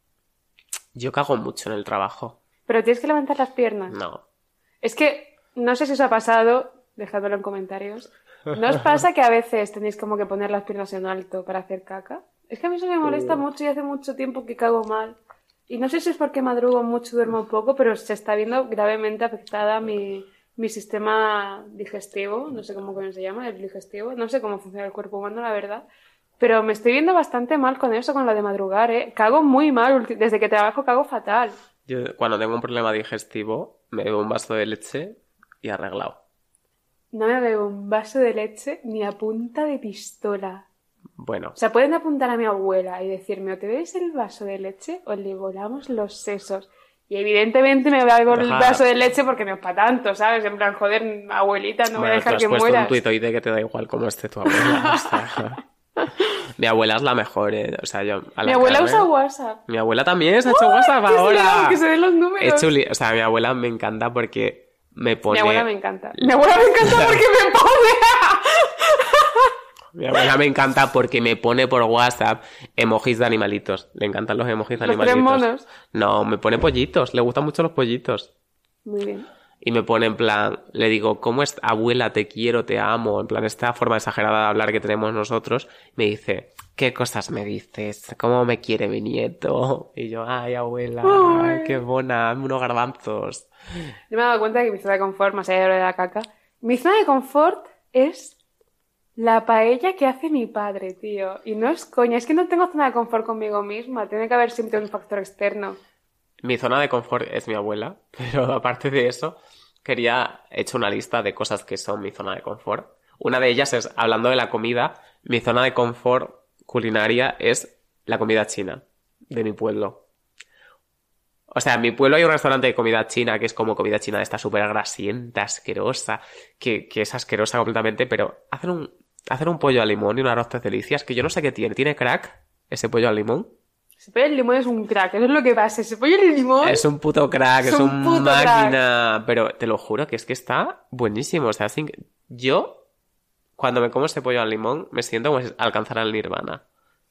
Yo cago mucho en el trabajo. Pero tienes que levantar las piernas. No. Es que, no sé si os ha pasado, dejadlo en comentarios. ¿No os pasa que a veces tenéis como que poner las piernas en alto para hacer caca? Es que a mí eso me molesta mucho y hace mucho tiempo que cago mal. Y no sé si es porque madrugo mucho, duermo poco, pero se está viendo gravemente afectada mi, mi sistema digestivo. No sé cómo coño se llama, el digestivo. No sé cómo funciona el cuerpo humano, la verdad. Pero me estoy viendo bastante mal con eso, con lo de madrugar, ¿eh? Cago muy mal. ulti- Desde que trabajo cago fatal. Yo cuando tengo un problema digestivo, me bebo un vaso de leche y arreglado. No me bebo un vaso de leche ni a punta de pistola. Bueno, O sea, pueden apuntar a mi abuela y decirme, o te bebes el vaso de leche o le volamos los sesos. Y evidentemente me bebo el Deja- vaso de leche porque no es para tanto, ¿sabes? En plan, joder, abuelita, no voy a bueno, tú dejar has que puesto mueras. un tuitoide que te da igual cómo esté tu abuela. O sea, mi abuela es la mejor, ¿eh? O sea, yo... a la Mi abuela carne- usa WhatsApp. Mi abuela también se ha hecho WhatsApp ¡Qué ahora. será? Que se den los números. He hecho li- O sea, mi abuela me encanta porque me pone... Mi abuela me encanta. Mi abuela me encanta porque me pone... Mi abuela me encanta porque me pone por WhatsApp emojis de animalitos. Le encantan los emojis de Los tres animalitos. monos. No, me pone pollitos. Le gustan mucho los pollitos. Muy bien. Y me pone en plan, le digo, ¿cómo es, abuela? Te quiero, te amo. En plan, esta forma exagerada de hablar que tenemos nosotros. Me dice, ¿qué cosas me dices? ¿Cómo me quiere mi nieto? Y yo, ay, abuela, Ay. qué bona, dame unos garbanzos. Yo me he dado cuenta que mi zona de confort, más allá de lo de la caca, mi zona de confort es la paella que hace mi padre, tío. Y no es coña, es que no tengo zona de confort conmigo misma. Tiene que haber siempre un factor externo. Mi zona de confort es mi abuela, pero aparte de eso, quería, he hecho una lista de cosas que son mi zona de confort. Una de ellas es, hablando de la comida, mi zona de confort culinaria es la comida china de mi pueblo. O sea, en mi pueblo hay un restaurante de comida china que es como comida china de esta súper grasienta, asquerosa, que, que es asquerosa completamente, pero hacen un, hacen un pollo al limón y un arroz tres delicias que yo no sé qué tiene. ¿Tiene crack ese pollo al limón? Ese pollo al limón es un crack, eso es lo que pasa. Ese pollo al limón... Es un puto crack, es, Es un un puto máquina. Pero te lo juro que es que está buenísimo. O sea, sin- yo, cuando me como ese pollo al limón, me siento como si alcanzara el nirvana.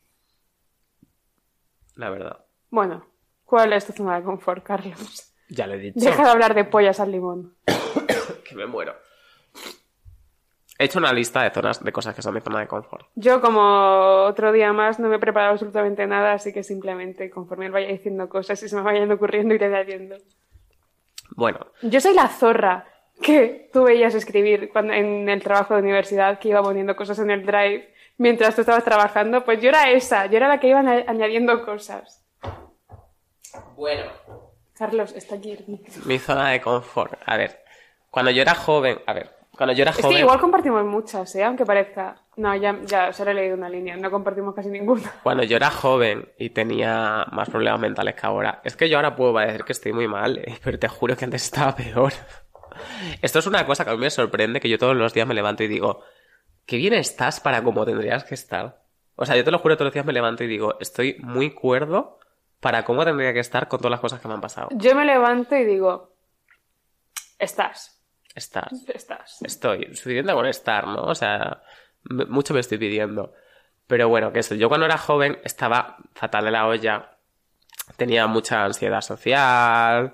La verdad. Bueno, ¿cuál es tu zona de confort, Carlos? Ya lo he dicho. Deja de hablar de pollas al limón. Que me muero. He hecho una lista de zonas, de cosas que son mi zona de confort. Yo, como otro día más, no me he preparado absolutamente nada, así que simplemente, conforme él vaya diciendo cosas y se me vayan ocurriendo, iré añadiendo. Bueno. Yo soy la zorra que tú veías escribir cuando, en el trabajo de universidad, que iba poniendo cosas en el Drive mientras tú estabas trabajando. Pues yo era esa, yo era la que iba añadiendo cosas. Bueno. Carlos, está aquí. Mi zona de confort. A ver, cuando yo era joven... A ver, cuando yo era es joven... Es que igual compartimos muchas, ¿eh? Aunque parezca... No, ya, ya solo he leído una línea, no compartimos casi ninguna. Cuando yo era joven y tenía más problemas mentales que ahora... Es que yo ahora puedo parecer que estoy muy mal, ¿eh? Pero te juro que antes estaba peor. Esto es una cosa que a mí me sorprende, que yo todos los días me levanto y digo... Qué bien estás para como tendrías que estar. O sea, yo te lo juro, todos los días me levanto y digo... Estoy muy cuerdo para cómo tendría que estar con todas las cosas que me han pasado. Yo me levanto y digo... Estás. Estás. Estás. Estoy. Suficiente con estar, ¿no? O sea... Mucho me estoy pidiendo. Pero bueno, que eso. Yo cuando era joven estaba fatal de la olla. Tenía mucha ansiedad social.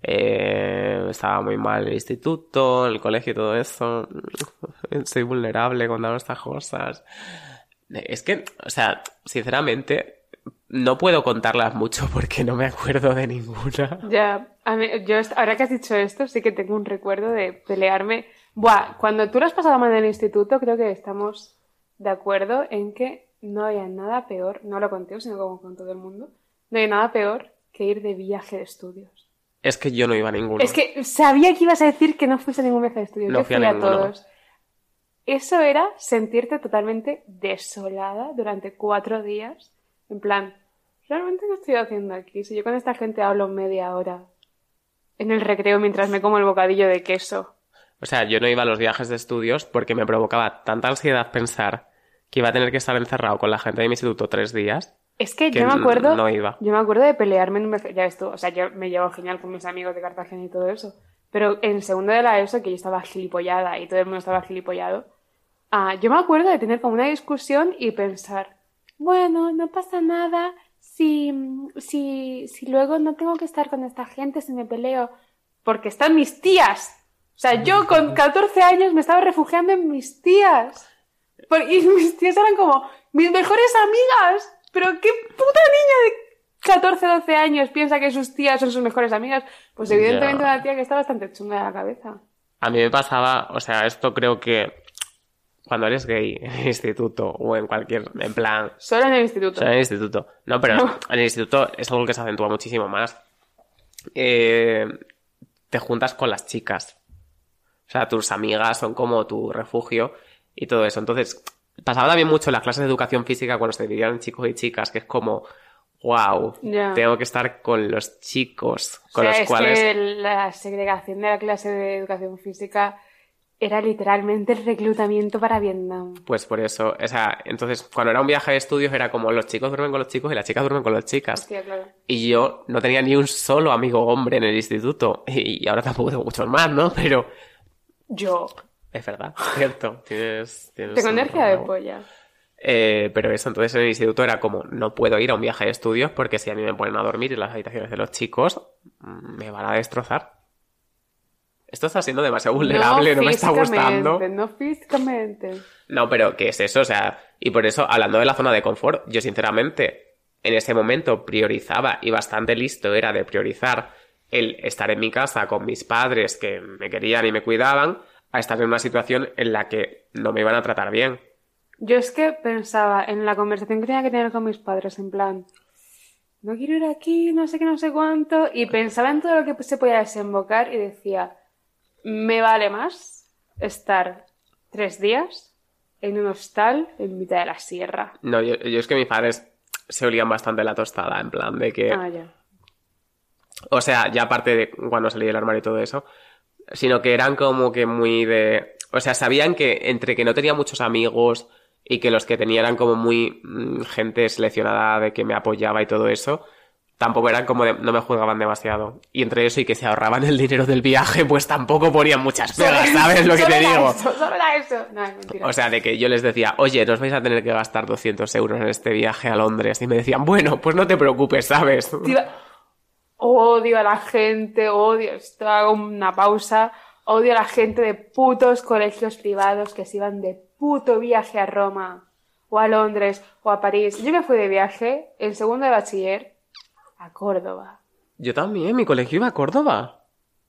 Eh, estaba muy mal en el instituto, en el colegio y todo eso. Soy vulnerable cuando hago estas cosas. Es que, o sea, sinceramente, no puedo contarlas mucho porque no me acuerdo de ninguna. Ya, a mí, yo ahora que has dicho esto, sí que tengo un recuerdo de pelearme. Buah, cuando tú lo has pasado mal en el instituto, creo que estamos de acuerdo en que no había nada peor, no lo contigo, sino como con todo el mundo, no había nada peor que ir de viaje de estudios. Es que yo no iba a ninguno. Es que sabía que ibas a decir que no fuiste a ningún viaje de estudios. No yo fui fui a a ninguno. todos. Eso era sentirte totalmente desolada durante cuatro días. En plan, ¿realmente qué estoy haciendo aquí? Si yo con esta gente hablo media hora en el recreo mientras me como el bocadillo de queso. O sea, yo no iba a los viajes de estudios porque me provocaba tanta ansiedad pensar que iba a tener que estar encerrado con la gente de mi instituto tres días. Es que, que yo me acuerdo, no iba. yo me acuerdo de pelearme en un viaje, ya ves tú, o sea, yo me llevo genial con mis amigos de Cartagena y todo eso, pero en segundo de la ESO, que yo estaba gilipollada y todo el mundo estaba gilipollado, ah, yo me acuerdo de tener como una discusión y pensar, bueno, no pasa nada si, si, si luego no tengo que estar con esta gente si me peleo, porque están mis tías. O sea, yo con catorce años me estaba refugiando en mis tías. Y mis tías eran como mis mejores amigas. Pero qué puta niña de catorce, doce años piensa que sus tías son sus mejores amigas. Pues evidentemente Ya. una tía que está bastante chunga de la cabeza. A mí me pasaba, o sea, esto creo que cuando eres gay en el instituto o en cualquier, en plan... Solo en el instituto. Solo en el instituto. No, pero No. en el instituto es algo que se acentúa muchísimo más. Eh, te juntas con las chicas. O sea, tus amigas son como tu refugio y todo eso. Entonces, pasaba también mucho en las clases de educación física cuando se dividían en chicos y chicas, que es como, wow, Ya. tengo que estar con los chicos, O con sea, los es cuales... que la segregación de la clase de educación física era literalmente el reclutamiento para Vietnam. Pues por eso, o sea, entonces cuando era un viaje de estudios era como los chicos duermen con los chicos y las chicas duermen con las chicas. Hostia, claro. Y yo no tenía ni un solo amigo hombre en el instituto. Y ahora tampoco tengo muchos más, ¿no? Pero Yo. es verdad, es cierto. Tienes, tienes Tengo un energía de problema. polla. Eh, pero eso, entonces en el instituto era como, no puedo ir a un viaje de estudios porque si a mí me ponen a dormir en las habitaciones de los chicos, mm, me van a destrozar. Esto está siendo demasiado vulnerable, no, me está gustando. físicamente, No físicamente. No, pero ¿qué es eso? O sea, y por eso, hablando de la zona de confort, yo sinceramente, en ese momento priorizaba, y bastante listo era de priorizar el estar en mi casa con mis padres que me querían y me cuidaban, a estar en una situación en la que no me iban a tratar bien. Yo es que pensaba en la conversación que tenía que tener con mis padres, en plan, no quiero ir aquí, no sé qué, no sé cuánto, y pensaba en todo lo que se podía desembocar y decía, me vale más estar tres días en un hostal en mitad de la sierra. No, yo, yo es que mis padres se olían bastante la tostada, en plan de que... Ah, ya. O sea, ya aparte de cuando salí del armario y todo eso, sino que eran como que muy de... O sea, sabían que entre que no tenía muchos amigos y que los que tenía eran como muy mm, gente seleccionada de que me apoyaba y todo eso, tampoco eran como de... no me juzgaban demasiado. Y entre eso y que se ahorraban el dinero del viaje, pues tampoco ponían muchas pegas, ¿sabes lo que Solo te era digo? Eso, solo era eso. No, es mentira. O sea, de que yo les decía, oye, no os vais a tener que gastar doscientos euros en este viaje a Londres. Y me decían, bueno, pues no te preocupes, ¿sabes? Tío, odio a la gente, odio, esto hago una pausa, odio a la gente de putos colegios privados que se iban de puto viaje a Roma, o a Londres, o a París. Yo me fui de viaje, en segundo de bachiller, a Córdoba. Yo también, mi colegio iba a Córdoba.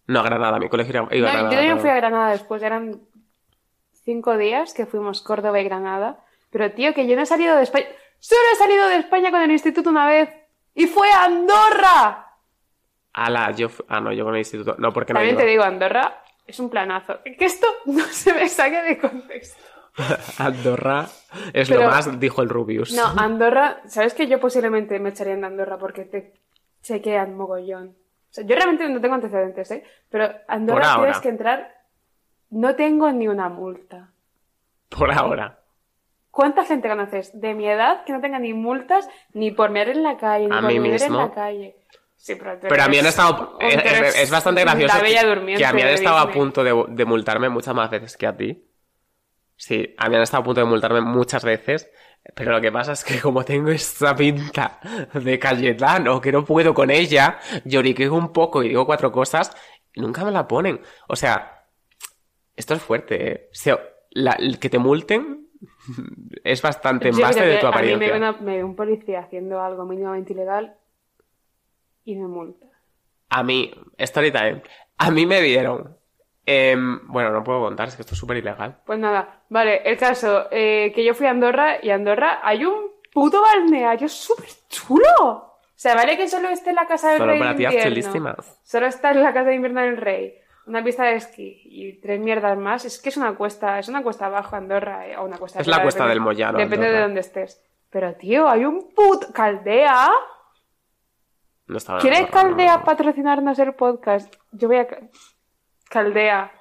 No, a Granada, mi colegio iba, iba No, a Granada. yo también pero- fui a Granada después, eran cinco días que fuimos Córdoba y Granada. Pero tío, que yo no he salido de España. Solo he salido de España con el instituto una vez. Y fue a Andorra. Ala, yo... fu- Ah, no, yo con el instituto... No, porque no También iba. te digo, Andorra es un planazo. Que esto no se me saque de contexto. Andorra es Pero- lo más, dijo el Rubius. No, Andorra, ¿sabes que yo posiblemente me echaría de Andorra porque te chequean mogollón? O sea, yo realmente no tengo antecedentes, ¿eh? Pero Andorra Por ahora. tienes que entrar. No tengo ni una multa. Por ahora. ¿Cuánta gente conoces de mi edad que no tenga ni multas ni por mear en la calle, ni A por mí beber mismo. en la calle? Sí, pero, tú Pero a mí han eres- estado... tú Es, es- eres es bastante gracioso La bella que, durmiente que a mí han de estado a Disney. punto de, de multarme muchas más veces que a ti. Sí, a mí han estado a punto de multarme muchas veces, pero lo que pasa es que como tengo esta pinta de Cayetano, que no puedo con ella, lloriqueo un poco y digo cuatro cosas, y nunca me la ponen. O sea, esto es fuerte, ¿eh? O sea, la- el que te multen es bastante en Yo base creo de que tu a mí me apariencia. ve, una- me ve un policía haciendo algo mínimamente ilegal y me multa. A mí, story time, a mí me dieron... em, bueno, no puedo contar, es que esto es súper ilegal. Pues nada, vale, el caso, eh, que yo fui a Andorra y Andorra hay un puto balneario súper chulo. O sea, vale que solo esté en la casa del Solo rey para de tías invierno. chulísimas. Solo está en la casa de invierno del rey, una pista de esquí y tres mierdas más. Es que es una cuesta, es una cuesta abajo Andorra, eh, o una cuesta Es la arriba, cuesta depende- del Moyano, Depende de Andorra. dónde estés. Pero tío, hay un puto Caldea. No estaba ¿Quiere Andorra, no, Caldea no. patrocinarnos el podcast? Yo voy a... ca- Caldea.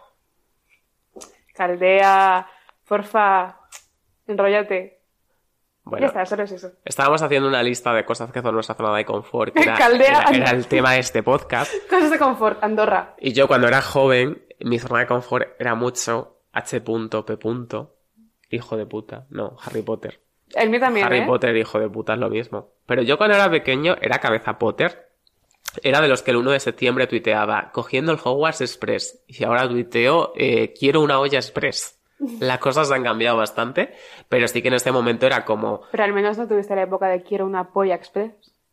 Caldea. Porfa. Enróllate. Bueno, Ya está, solo es eso. estábamos haciendo una lista de cosas que son nuestra zona de confort, que era, Caldea. era- era el tema de este podcast. Cosas de confort. Andorra. Y yo cuando era joven, mi zona de confort era mucho H. P. Hijo de puta. No, Harry Potter. El mío también, Harry ¿eh? Potter, hijo de puta, es lo mismo. Pero yo cuando era pequeño era cabeza Potter. Era de los que el uno de septiembre tuiteaba cogiendo el Hogwarts Express. Y ahora tuiteo eh, quiero una olla express. Las cosas han cambiado bastante, pero sí que en este momento era como Pero al menos no tuviste la época de quiero una polla express.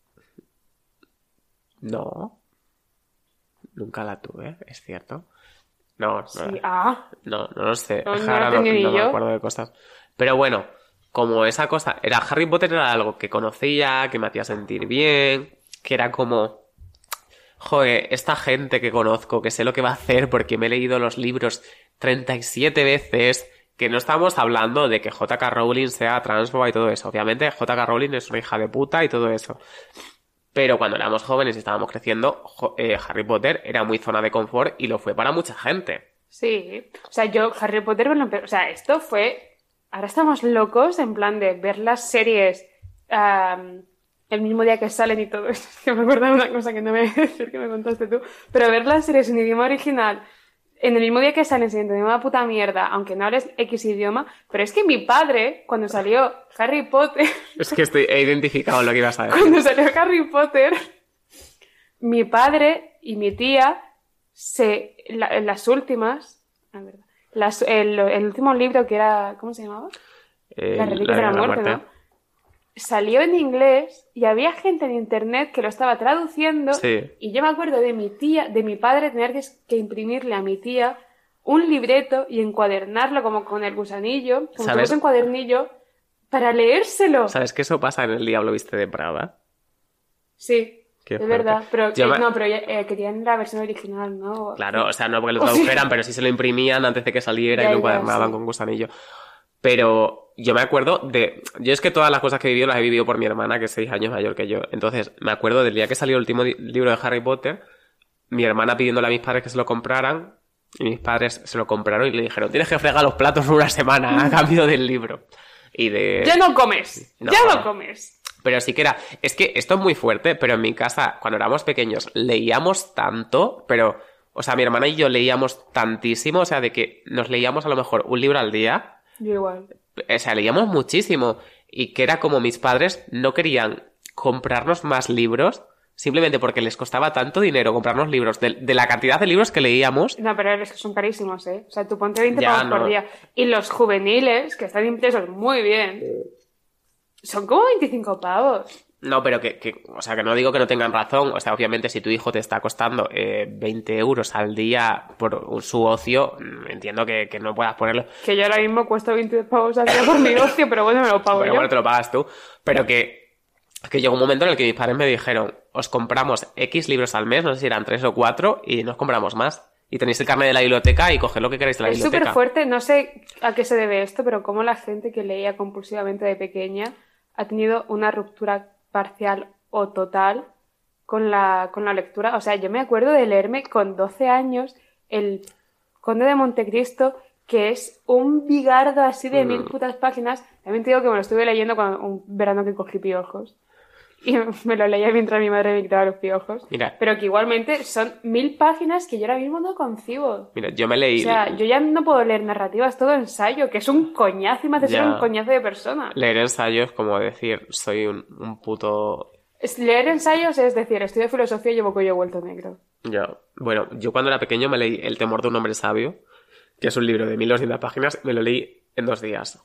no. Nunca la tuve, es cierto. No, no, Sí. Ah. no, no lo sé. No, no Ahora lo tenía ni no me yo. acuerdo de cosas. Pero bueno, como esa cosa era Harry Potter, era algo que conocía, que me hacía sentir bien, que era como joder, esta gente que conozco, que sé lo que va a hacer porque me he leído los libros treinta y siete veces, que no estamos hablando de que J K. Rowling sea transfoba y todo eso. Obviamente J K. Rowling es una hija de puta y todo eso. Pero cuando éramos jóvenes y estábamos creciendo, jo- eh, Harry Potter era muy zona de confort y lo fue para mucha gente. Sí. O sea, yo Harry Potter me lo empe- O sea, esto fue... Ahora estamos locos en plan de ver las series am, el mismo día que salen y todo eso. Es que me acuerdo de una cosa que no me voy a decir que me contaste tú. Pero ver las series en idioma original en el mismo día que salen sin entender una puta mierda, aunque no hables X idioma. Pero es que mi padre, cuando salió Harry Potter... Es que estoy, he identificado lo que ibas a decir. Cuando salió Harry Potter, mi padre y mi tía, se, la- en las últimas, a ver, las- el, el último libro que era, ¿cómo se llamaba? Eh, Las Reliquias de la Muerte, ¿no? Salió en inglés y había gente en internet que lo estaba traduciendo. Sí. Y yo me acuerdo de mi tía, de mi padre tener que, que imprimirle a mi tía un libreto y encuadernarlo como con el gusanillo, como ¿Sabes? un cuadernillo, para leérselo. ¿Sabes que eso pasa en El Diablo Viste de Prada? Sí, Qué es fuerte. verdad. Pero, Yo eh, me- no, pero eh, querían la versión original, ¿no? Claro, o sea, no porque lo O sea- tradujeran, pero sí se lo imprimían antes de que saliera Ya, y lo ya, encuadernaban sí. con gusanillo. Pero yo me acuerdo de... Yo es que todas las cosas que he vivido las he vivido por mi hermana, que es seis años mayor que yo. Entonces, me acuerdo del día que salió el último di- libro de Harry Potter, mi hermana pidiéndole a mis padres que se lo compraran, y mis padres se lo compraron y le dijeron, tienes que fregar los platos una semana a cambio del libro. Y de... ¡Ya no comes! No. ¡Ya no comes! Pero sí que era... Es que esto es muy fuerte, pero en mi casa, cuando éramos pequeños, leíamos tanto, pero... O sea, mi hermana y yo leíamos tantísimo, o sea, de que nos leíamos a lo mejor un libro al día. Yo igual. O sea, leíamos muchísimo. Y que era como mis padres no querían comprarnos más libros, simplemente porque les costaba tanto dinero comprarnos libros de, de la cantidad de libros que leíamos. No, pero es que son carísimos, ¿eh? O sea, tú ponte veinte Ya, pavos por no. día. Y los juveniles, que están impresos muy bien, son como veinticinco pavos. No, pero que, que, o sea, que no digo que no tengan razón. O sea, obviamente, si tu hijo te está costando eh, veinte euros al día por su ocio, entiendo que, que no puedas ponerlo. Que yo ahora mismo cuesto veinte pavos al día por mi ocio, pero bueno, me lo pago Pero yo. bueno, te lo pagas tú. Pero que, que llegó un momento en el que mis padres me dijeron, os compramos X libros al mes, no sé si eran tres o cuatro, y no os compramos más. Y tenéis el carnet de la biblioteca y coged lo que queráis de la Es biblioteca. súper fuerte, no sé a qué se debe esto, pero cómo la gente que leía compulsivamente de pequeña ha tenido una ruptura parcial o total con la, con la lectura. O sea, yo me acuerdo de leerme con doce años el Conde de Montecristo, que es un bigardo así de mil putas páginas. También te digo que me lo estuve leyendo cuando, un verano que cogí piojos. Y me lo leía mientras mi madre me quitaba los piojos. Mira. Pero que igualmente son mil páginas que yo ahora mismo no concibo. Mira, yo me leí... O sea, yo ya no puedo leer narrativa, es todo ensayo, que es un coñazo y me hace Ya. ser un coñazo de persona. Leer ensayos como decir, soy un, un puto... Es- Leer ensayos es decir, estudio filosofía y llevo cuello vuelto negro. Ya. Bueno, yo cuando era pequeño me leí El temor de un hombre sabio, que es un libro de mil doscientas páginas, me lo leí en dos días.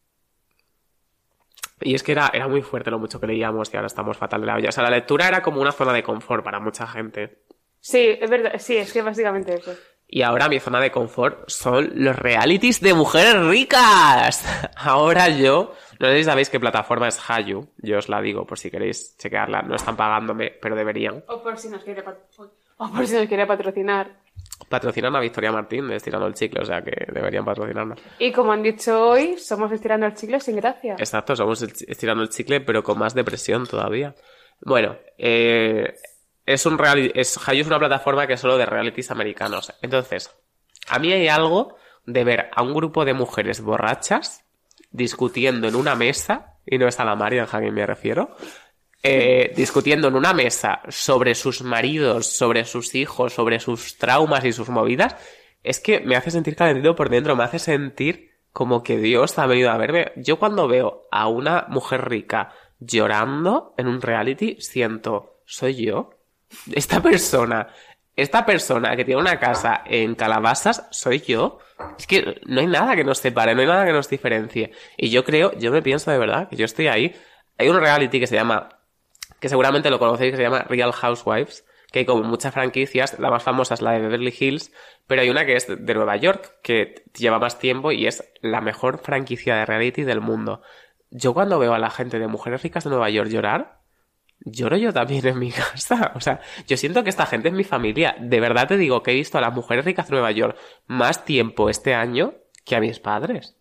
Y es que era, era muy fuerte lo mucho que leíamos y ahora estamos fatal de la olla. O sea, la lectura era como una zona de confort para mucha gente. Sí, es verdad, sí, es que básicamente eso. Y ahora mi zona de confort son los realities de mujeres ricas. Ahora yo... No sé si sabéis qué plataforma es Hayu. Yo os la digo por si queréis chequearla. No están pagándome, pero deberían. O por si nos quiere, pat- o por si nos quiere patrocinar. Patrocinan a Victoria Martín de Estirando el Chicle, o sea que deberían patrocinarnos. Y como han dicho hoy, somos estirando el chicle sin gracia. Exacto, somos el- Estirando el Chicle, pero con más depresión todavía. Bueno, eh... Es un reality, es, Hayu es una plataforma que es solo de realities americanos. Entonces, a mí hay algo de ver a un grupo de mujeres borrachas discutiendo en una mesa, y no está la María, a quien me refiero, eh, discutiendo en una mesa sobre sus maridos, sobre sus hijos, sobre sus traumas y sus movidas, es que me hace sentir calentito por dentro, me hace sentir como que Dios ha venido a verme. Yo cuando veo a una mujer rica llorando en un reality, siento, ¿soy yo? Esta persona, esta persona que tiene una casa en Calabasas, soy yo. Es que no hay nada que nos separe, no hay nada que nos diferencie. Y yo creo, yo me pienso de verdad que yo estoy ahí. Hay un reality que se llama, que seguramente lo conocéis, que se llama Real Housewives, que hay como muchas franquicias, la más famosa es la de Beverly Hills, pero hay una que es de Nueva York, que lleva más tiempo y es la mejor franquicia de reality del mundo. Yo cuando veo a la gente de Mujeres Ricas de Nueva York llorar, lloro yo también en mi casa. O sea, yo siento que esta gente es mi familia. De verdad te digo que he visto a las Mujeres Ricas de Nueva York más tiempo este año que a mis padres.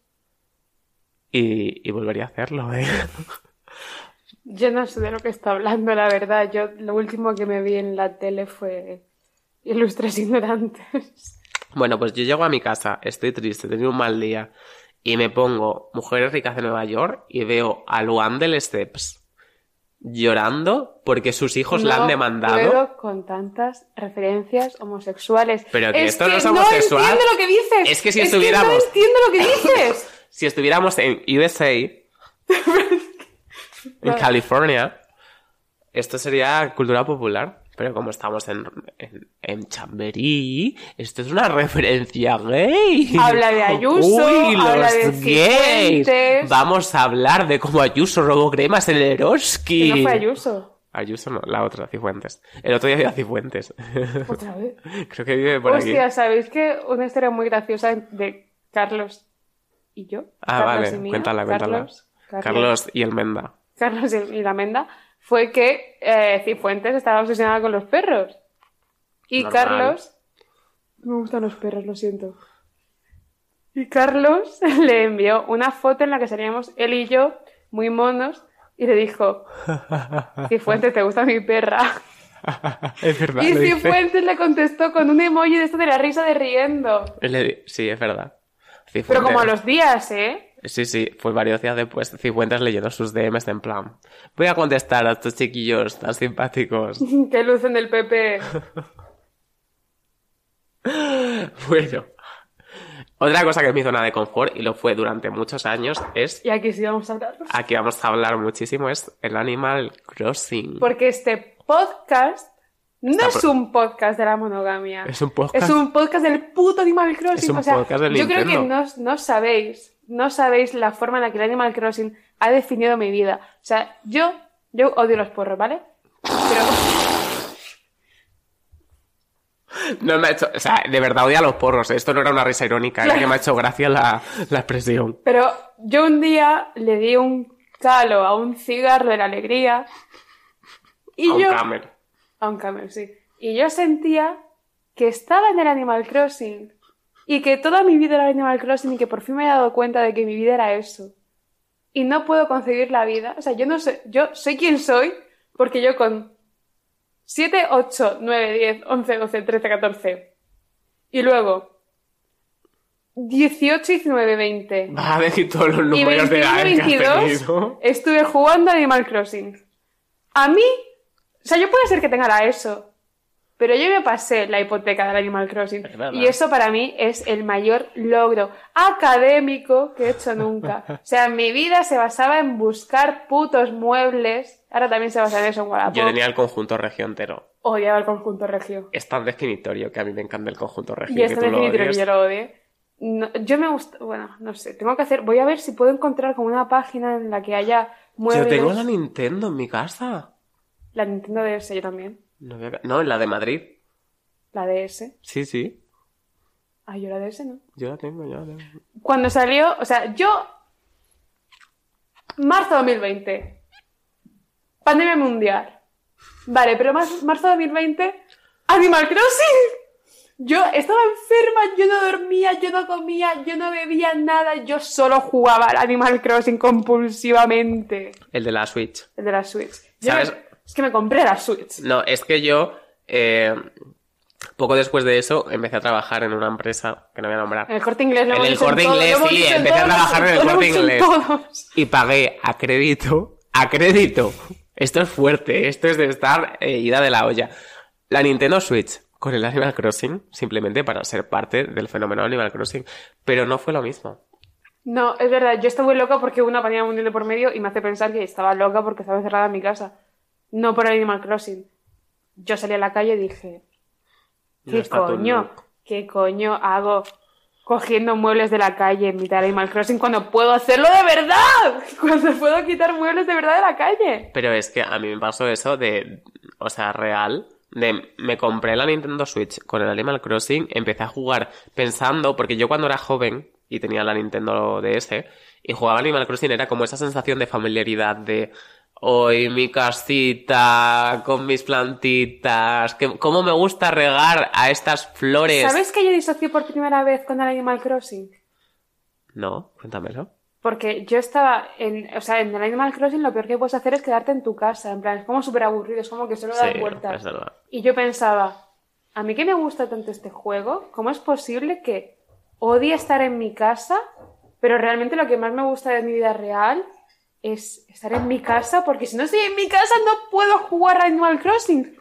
Y, y volvería a hacerlo, ¿eh? Yo no sé de lo que está hablando, la verdad. Yo lo último que me vi en la tele fue Ilustres Ignorantes. Bueno, pues yo llego a mi casa, estoy triste, he tenido un mal día, y me pongo Mujeres Ricas de Nueva York y veo a Luann del Steps llorando porque sus hijos la han demandado. No puedo con tantas referencias homosexuales. Pero que es esto que no es homosexual. No entiendo lo que dices. Es que si es estuviéramos... Que no entiendo lo que dices. Si estuviéramos en U S A, en California, esto sería cultura popular. Pero como estamos en, en, en Chamberí, esto es una referencia gay. Habla de Ayuso, Uy, los habla de gays. Cifuentes. Vamos a hablar de cómo Ayuso robó cremas en el Eroski. Que no fue Ayuso. Ayuso no, la otra, Cifuentes. El otro día había Cifuentes. Otra vez. Creo que vive por Hostia, aquí. ¿sabéis que una historia muy graciosa de Carlos y yo? Ah, Carlos vale, y mía. cuéntala, cuéntala. Carlos, Carlos, Carlos y el Menda. Carlos y, y la Menda. Fue que eh, Cifuentes estaba obsesionada con los perros. Y Normal. Carlos... Me gustan los perros, lo siento. Y Carlos le envió una foto en la que salíamos él y yo, muy monos, y le dijo, Cifuentes, ¿te gusta mi perra? Es verdad. Y lo dice. Cifuentes le contestó con un emoji de esto de la risa de riendo. Él le di- Sí, es verdad. Pero Cifuentes. como a los días, ¿eh? Sí, sí, fue varios días después, Cifuentes leyendo sus D Ms en plan, voy a contestar a estos chiquillos tan simpáticos. Que lucen del P P. Bueno, otra cosa que es mi zona de confort, y lo fue durante muchos años, es, Y aquí sí vamos a hablar. aquí vamos a hablar muchísimo, es el Animal Crossing. Porque este podcast no Está es pro- un podcast de la monogamia. Es un podcast. Es un podcast del puto Animal Crossing. Es un o sea, podcast del yo creo que Nintendo. no, no sabéis, no sabéis la forma en la que el Animal Crossing ha definido mi vida. O sea, yo Yo odio los porros, ¿vale? Pero... No me ha hecho... O sea, de verdad odia los porros. Esto no era una risa irónica, Claro. era que me ha hecho gracia la, la expresión. Pero yo un día le di un calo a un cigarro de la alegría y A un yo... Camel. A un Camel, sí. Y yo sentía que estaba en el Animal Crossing y que toda mi vida era Animal Crossing y que por fin me he dado cuenta de que mi vida era eso. Y no puedo concebir la vida. O sea, yo no sé... Yo soy quien soy porque yo con siete, ocho, nueve, diez, once, doce, trece, catorce y luego dieciocho, diecinueve, veinte Vas a decir todos los y números de veintiuno, edad que has veintidós tenido. estuve jugando a Animal Crossing. A mí, o sea, yo puede ser que tenga la ESO, pero yo me pasé la hipoteca del Animal Crossing Es verdad. y eso para mí es el mayor logro académico que he hecho nunca. O sea, mi vida se basaba en buscar putos muebles. Ahora también se basa en eso en Wallapop. Yo tenía el conjunto regio entero. Odiaba el conjunto regio. Es tan definitorio que a mí me encanta el conjunto regio. Y es que tan tú lo definitorio que odies. yo lo odie. No, yo me gusta, bueno, no sé, tengo que hacer, voy a ver si puedo encontrar como una página en la que haya muebles. Yo tengo la Nintendo en mi casa. La Nintendo D S, yo también. No, voy a- no, en la de Madrid. La D S. Sí, sí. Ah, yo la D S no. Yo la tengo, yo la tengo. Cuando salió, o sea, yo... Marzo dos mil veinte. Pandemia mundial. Vale, pero mar- marzo dos mil veinte... Animal Crossing. Yo estaba enferma, yo no dormía, yo no comía, yo no bebía nada, yo solo jugaba al Animal Crossing compulsivamente. El de la Switch. El de la Switch. Yo ¿Sabes? me- es que me compré la Switch. No, es que yo, eh, poco después de eso, empecé a trabajar en una empresa que no voy a nombrar. En el Corte Inglés lo En hemos el dicho Corte todo, Inglés, lo hemos sí, dicho en empecé a todos, trabajar en el lo hemos Corte dicho en Inglés. todos. Y pagué a crédito, a crédito. Esto es fuerte, esto es de estar eh, ida de la olla. La Nintendo Switch con el Animal Crossing, simplemente para ser parte del fenómeno Animal Crossing. Pero no fue lo mismo. No, es verdad, yo estoy muy loca porque hubo una pandemia mundial de por medio y me hace pensar que estaba loca porque estaba encerrada en mi casa. No por Animal Crossing. Yo salí a la calle y dije, No ¿qué está tu coño? look. ¿Qué coño hago cogiendo muebles de la calle en mitad de Animal Crossing cuando puedo hacerlo de verdad? Cuando puedo quitar muebles de verdad de la calle. Pero es que a mí me pasó eso de, o sea, real, de me compré la Nintendo Switch con el Animal Crossing, empecé a jugar pensando, porque yo cuando era joven y tenía la Nintendo D S y jugaba Animal Crossing era como esa sensación de familiaridad de hoy mi casita con mis plantitas, que cómo me gusta regar a estas flores. ¿Sabes que yo disocié por primera vez con el Animal Crossing? No, cuéntamelo. Porque yo estaba en, o sea, en el Animal Crossing lo peor que puedes hacer es quedarte en tu casa, en plan, es como súper aburrido, es como que solo da Sí, vueltas. es verdad. Y yo pensaba, a mí que me gusta tanto este juego, ¿cómo es posible que odie estar en mi casa, pero realmente lo que más me gusta de mi vida real es estar en mi casa, porque si no estoy en mi casa no puedo jugar a Animal Crossing?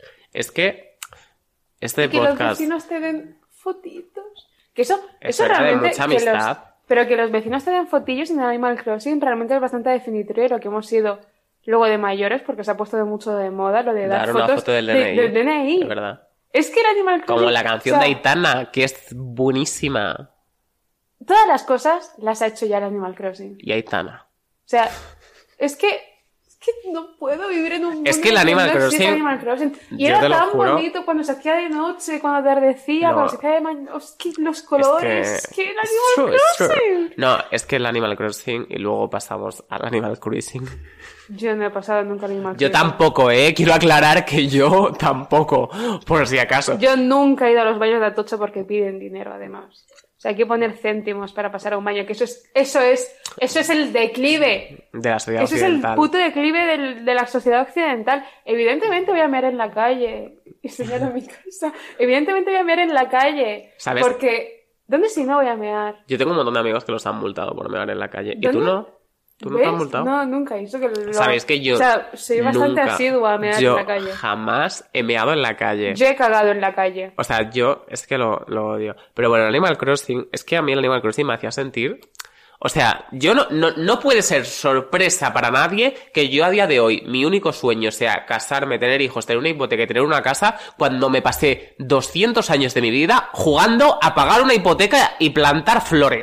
Es que este Y que los podcast... vecinos te den fotitos. Que eso, Eso eso era de realmente... mucha que los- amistad. pero que los vecinos te den fotillos en Animal Crossing realmente es bastante definitorio de lo que hemos sido luego de mayores, porque se ha puesto de mucho de moda lo de dar, Dar una fotos foto del de- D N I. del D N I. Es verdad. Es que el Animal Crossing... Como la canción o sea, de Aitana, que es buenísima. todas las cosas las ha hecho ya el Animal Crossing. Y Aitana. O sea, es que... Es que no puedo vivir en un mundo Es que el donde Animal no existe Crossing- Animal Crossing. Y yo era te lo tan juro. bonito cuando se hacía de noche, cuando atardecía, No. cuando se hacía de mañana. Es que los colores... Es Es que, el it's Animal true, it's true. Crossing... No, es que el Animal Crossing y luego pasamos al Animal Cruising. Yo no he pasado nunca Animal Yo Crossing. tampoco, ¿eh? Quiero aclarar que yo tampoco, por si acaso. Yo nunca he ido a los baños de Atocha porque piden dinero, además. O sea, hay que poner céntimos para pasar a un baño, que eso es, eso es, eso es el declive. De la sociedad Eso es el occidental. puto declive del- de la sociedad occidental. Evidentemente voy a mear en la calle y señalo mi casa. Evidentemente voy a mear en la calle. ¿Sabes? Porque, ¿dónde si no voy a mear? Yo tengo un montón de amigos que los han multado por mear en la calle. ¿Y tú ¿Dónde? no? ¿Tú no te ¿Ves? has multado? No, nunca. y Eso que lo... Sabéis que yo O sea, soy bastante nunca, asidua a mear yo en la calle. jamás he meado en la calle. Yo he cagado en la calle. O sea, yo es que lo, lo odio. Pero bueno, el Animal Crossing, es que a mí el Animal Crossing me hacía sentir... O sea, yo no, no, no puede ser sorpresa para nadie que yo a día de hoy, mi único sueño sea casarme, tener hijos, tener una hipoteca y tener una casa, cuando me pasé doscientos años de mi vida jugando a pagar una hipoteca y plantar flores.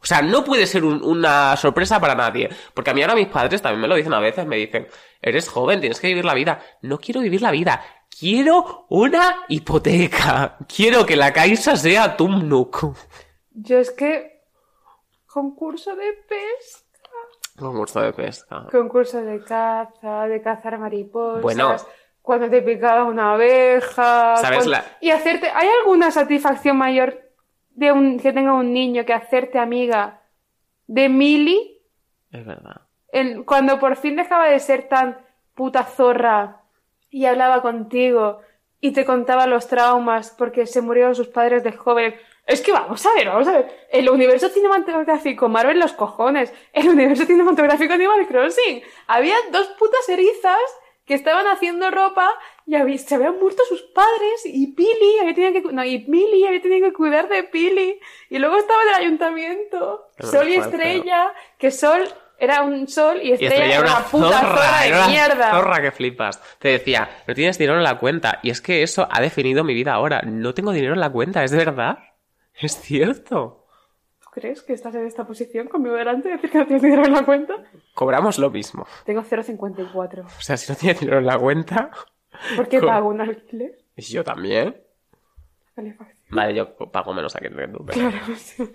O sea, no puede ser un, una sorpresa para nadie. Porque a mí ahora mis padres también me lo dicen a veces, me dicen, eres joven, tienes que vivir la vida. No quiero vivir la vida, quiero una hipoteca. Quiero que la Caixa sea Tumnuk. Yo es que... Concurso de pesca. Concurso de pesca. Concurso de caza, de cazar mariposas. Bueno. Cuando te picaba una abeja. ¿Sabes cuando... la...? Y hacerte... ¿Hay alguna satisfacción mayor de un que tenga un niño que hacerte amiga de Mili? Es verdad. El... Cuando por fin dejaba de ser tan puta zorra y hablaba contigo y te contaba los traumas porque se murieron sus padres de joven. Es que vamos a ver, vamos a ver. El universo cinematográfico Marvel los cojones. El universo cinematográfico Animal Crossing. Había dos putas erizas que estaban haciendo ropa y había, se habían muerto sus padres y Pili había tenido que, no, y Mili había tenido que cuidar de Pili. Y luego estaba del ayuntamiento. Pero Sol y fue Estrella, feo. Que Sol era un sol y Estrella, y Estrella era una, una puta zorra, zorra era de una mierda. Zorra que flipas. Te decía, no tienes dinero en la cuenta. Y es que eso ha definido mi vida ahora. No tengo dinero en la cuenta, ¿es de verdad? Es cierto. ¿Tú crees que estás en esta posición conmigo delante y decir que no tienes dinero en la cuenta? Cobramos lo mismo. Tengo cero coma cincuenta y cuatro. O sea, si no tienes dinero en la cuenta... ¿Por qué co- pago un alquiler? ¿Y yo también? Calefacción. Vale, yo pago menos aquí que tú. Pero... Claro, sí.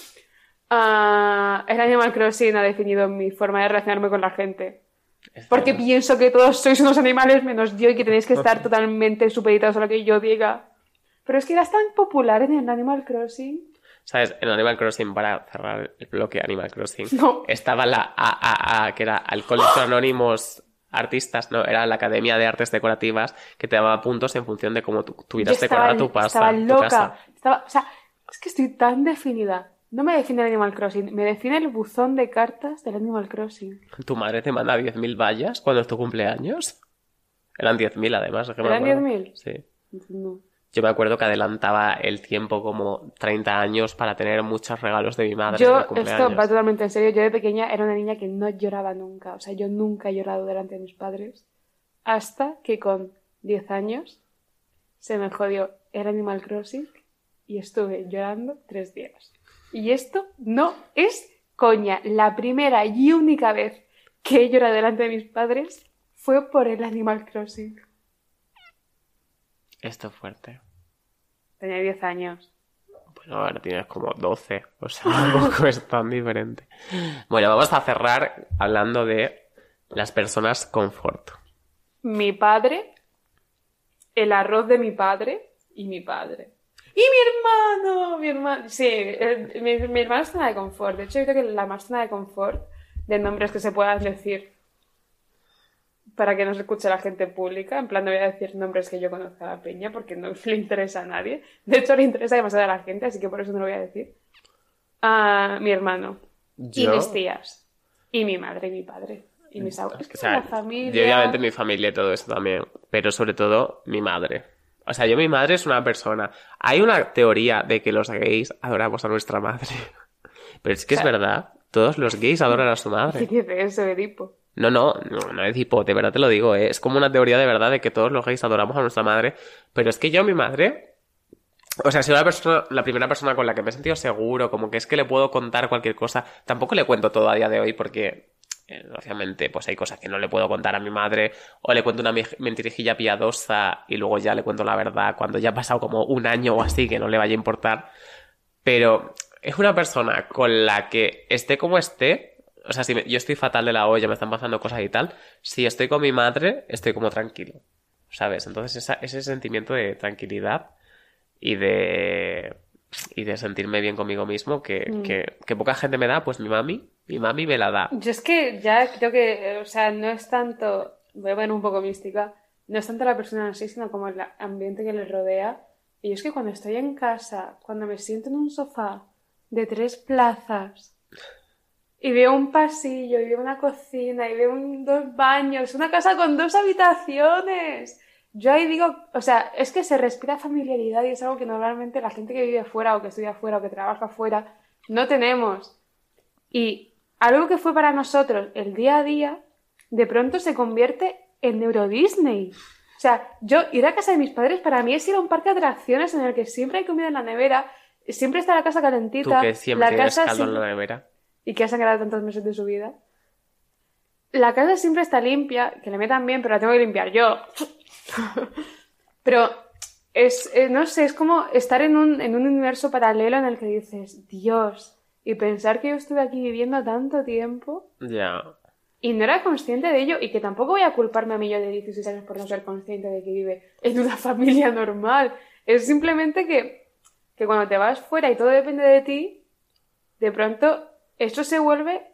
Ah, el Animal Crossing ha definido mi forma de relacionarme con la gente. Es Porque cierto. pienso que todos sois unos animales menos yo y que tenéis que estar totalmente supeditados a lo que yo diga. Pero es que eras tan popular en el Animal Crossing. ¿Sabes? En Animal Crossing, para cerrar el bloque Animal Crossing, No. estaba la A A A, que era Alcohólicos Anónimos Artistas, no, era la Academia de Artes Decorativas, que te daba puntos en función de cómo tú tuvieras Yo estaba, decorada tu pasta, estaba tu loca. casa. Estaba, o sea, es que estoy tan definida. No me define el Animal Crossing, me define el buzón de cartas del Animal Crossing. ¿Tu madre te manda diez mil vallas cuando es tu cumpleaños? Eran diez mil además. Es que me ¿Eran acuerdo. diez mil? Sí. No. Yo me acuerdo que adelantaba el tiempo como treinta años para tener muchos regalos de mi madre Yo, de esto cumpleaños. va totalmente en serio, yo de pequeña era una niña que no lloraba nunca. O sea, yo nunca he llorado delante de mis padres. Hasta que con diez años se me jodió el Animal Crossing y estuve llorando tres días. Y esto no es coña. La primera y única vez que he llorado delante de mis padres fue por el Animal Crossing. Esto es fuerte. Tenía diez años. Bueno, ahora tienes como doce, o sea, tampoco es tan diferente. Bueno, vamos a cerrar hablando de las personas confort. Mi padre, el arroz de mi padre y mi padre. ¡Y mi hermano! Mi hermano. Sí, el- mi, mi hermano es zona de confort. De hecho, yo creo que la más zona de confort de nombres que se puedan decir para que no se escuche la gente pública. En plan, no voy a decir nombres que yo conozca a la peña porque no le interesa a nadie. De hecho, le interesa demasiado a la gente, así que por eso no lo voy a decir. A mi hermano. Y Yo- mis tías. Y mi madre y mi padre. Y mis abuelos. Es que O sea, la familia... yo obviamente mi familia y todo eso también, pero sobre todo mi madre. O sea, yo mi madre es una persona. Hay una teoría de que los gays adoramos a nuestra madre. Pero es que es Claro. verdad. Todos los gays adoran a su ¿Qué madre. dice eso, Edipo? No, no, no, no es tipo, de verdad te lo digo, ¿eh? Es como una teoría de verdad de que todos los gays adoramos a nuestra madre. Pero es que yo, mi madre, o sea, ha sido la persona, la primera persona con la que me he sentido seguro, como que es que le puedo contar cualquier cosa. Tampoco le cuento todo a día de hoy porque, eh, obviamente, pues hay cosas que no le puedo contar a mi madre, o le cuento una mi- mentirijilla piadosa y luego ya le cuento la verdad cuando ya ha pasado como un año o así que no le vaya a importar. Pero es una persona con la que esté como esté, o sea, si me- yo estoy fatal de la olla, me están pasando cosas y tal, si estoy con mi madre, estoy como tranquilo, ¿sabes? Entonces esa- ese sentimiento de tranquilidad y de y de sentirme bien conmigo mismo que, Mm. que, que poca gente me da, pues mi mami, mi mami me la da. Yo es que ya creo que, eh, o sea, no es tanto, voy a poner un poco mística, no es tanto la persona en sí, sino como el ambiente que le rodea. Y yo es que cuando estoy en casa, cuando me siento en un sofá de tres plazas y veo un pasillo y veo una cocina y veo un- dos baños, una casa con dos habitaciones, yo ahí digo, o sea, es que se respira familiaridad y es algo que normalmente la gente que vive fuera o que estudia fuera o que trabaja fuera no tenemos. Y algo que fue para nosotros el día a día, de pronto se convierte en Euro Disney. O sea, yo ir a casa de mis padres para mí es ir a un parque de atracciones en el que siempre hay comida en la nevera, Siempre está la casa Tú calentita. que siempre la tienes casa caldo en siempre- la nevera. y que ha sangrado tantos meses de su vida. La casa siempre está limpia, que le metan bien, pero la tengo que limpiar yo. Pero es, eh, no sé, es como estar en un, en un universo paralelo en el que dices, Dios, y pensar que yo estuve aquí viviendo tanto tiempo Ya. y no era consciente de ello, y que tampoco voy a culparme a mí yo de dieciséis años por no ser consciente de que vive en una familia normal. Es simplemente que, que cuando te vas fuera y todo depende de ti, de pronto eso se vuelve...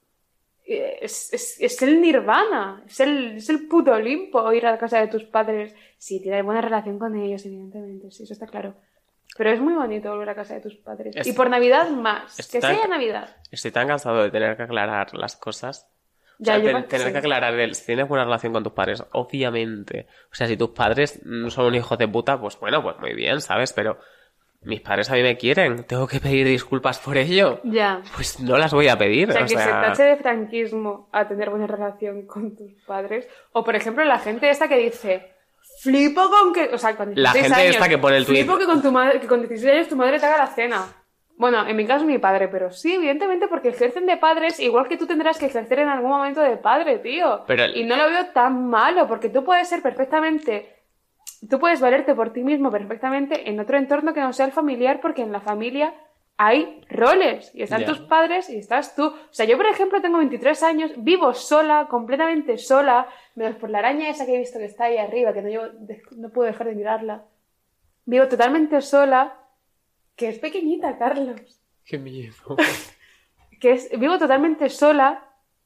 Es, es, es el nirvana, es el, es el puto Olimpo ir a la casa de tus padres. Sí, tienes buena relación con ellos, evidentemente, sí, eso está claro. Pero es muy bonito volver a casa de tus padres. Es- Y por Navidad más, es que tan- sea Navidad. Estoy tan cansado de tener que aclarar las cosas. O Ya, sea, yo ten- pa- tener sí. que aclarar el, si tienes buena relación con tus padres, obviamente. O sea, si tus padres mm, son un hijo de puta, pues bueno, pues muy bien, ¿sabes? Pero mis padres a mí me quieren. ¿Tengo que pedir disculpas por ello? Ya. Pues no las voy a pedir. O sea, o que sea, se tache de franquismo a tener buena relación con tus padres. O, por ejemplo, la gente esta que dice, flipo con que... O sea, con La dieciséis gente años, esta que pone el tuit. Flipo que con, tu madre, que con dieciséis años tu madre te haga la cena. Bueno, en mi caso mi padre, pero sí, evidentemente, porque ejercen de padres, igual que tú tendrás que ejercer en algún momento de padre, tío. Pero- Y no lo veo tan malo, porque tú puedes ser perfectamente... Tú puedes valerte por ti mismo perfectamente en otro entorno que no sea el familiar, porque en la familia hay roles. Y están Ya. tus padres y estás tú. O sea, yo, por ejemplo, tengo veintitrés años, vivo sola, completamente sola, menos por la araña esa que he visto que está ahí arriba, que no, llevo, no puedo dejar de mirarla. Vivo totalmente sola, que es pequeñita, Carlos. Qué miedo. Que es, vivo totalmente sola,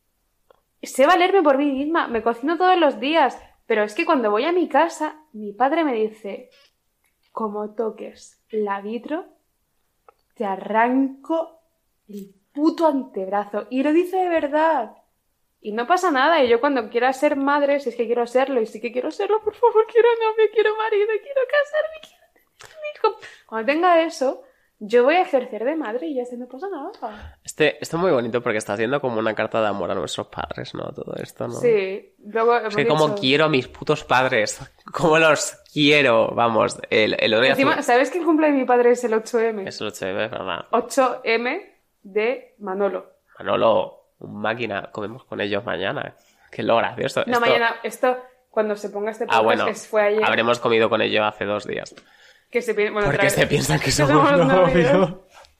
sé valerme por mí misma, me cocino todos los días, pero es que cuando voy a mi casa, mi padre me dice, como toques la vitro, te arranco el puto antebrazo. Y lo dice de verdad. Y no pasa nada, y yo cuando quiera ser madre, si es que quiero serlo, y sí que quiero serlo, por favor, quiero novio, quiero marido, quiero casarme, quiero tener un hijo. Cuando tenga eso, yo voy a ejercer de madre y ya se no pasa nada. Este, esto es muy bonito porque está haciendo como una carta de amor a nuestros padres, ¿no? Todo esto, ¿no? Sí, luego hemos Es que como dicho- quiero a mis putos padres. Como los quiero. Vamos, el, el otro día Encima, fui- ¿sabes que el cumple de mi padre es el ocho eme? Es el ocho de ¿verdad? ocho eme de Manolo. Manolo, un máquina, comemos con ellos mañana. Que lo gracioso. No, Esto- mañana, esto, cuando se ponga este Ah, podcast, bueno, que fue ayer, habremos comido con ellos hace dos días. que se, pi- bueno, otra Porque vez. se piensan que Que somos somos novios. novios.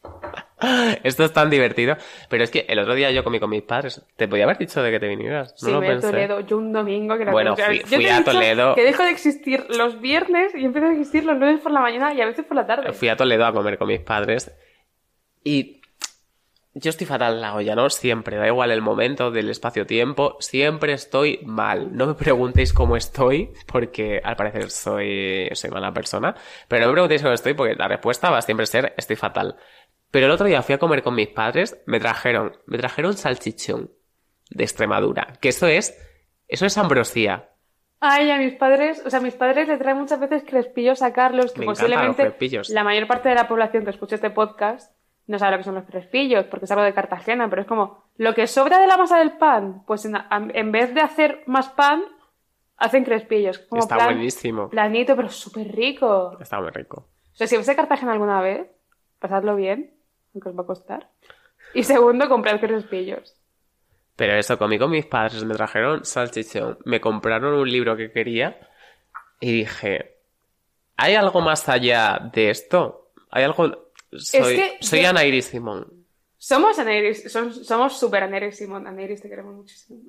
Esto es tan divertido. Pero es que el otro día yo comí con mis padres. Te podía haber dicho de que te vinieras. No Sí, lo me voy a pensé. Toledo. Yo un domingo que la Bueno, cosa- fui- Yo fui te he a dicho Toledo. que dejo de existir los viernes y empiezo a existir los lunes por la mañana y a veces por la tarde. Fui a Toledo a comer con mis padres y yo estoy fatal en la olla, ¿no? Siempre, da igual el momento del espacio-tiempo, siempre estoy mal. No me preguntéis cómo estoy, porque al parecer soy, soy mala persona, pero no me preguntéis cómo estoy porque la respuesta va a siempre ser estoy fatal. Pero el otro día fui a comer con mis padres, me trajeron, me trajeron salchichón de Extremadura, que eso es, eso es ambrosía. Ay, a mis padres, o sea, mis padres le traen muchas veces crespillos a Carlos, que Me encantan posiblemente los crespillos. la mayor parte de la población que escucha este podcast no sabe lo que son los crespillos, porque es algo de Cartagena, pero es como lo que sobra de la masa del pan, pues en, en vez de hacer más pan, hacen crespillos. Como Está plan- buenísimo. Planito, pero súper rico. Está muy rico. O sea, si vais a Cartagena alguna vez, pasadlo bien, aunque os va a costar. Y segundo, comprad crespillos. Pero eso, comí con mis padres, me trajeron salchichón, me compraron un libro que quería y dije, ¿hay algo más allá de esto? ¿Hay algo...? Soy, que soy yo- Ana Iris Simón. Somos Aneiris, son- somos súper Aneiris, Simón. Aneiris, te queremos muchísimo.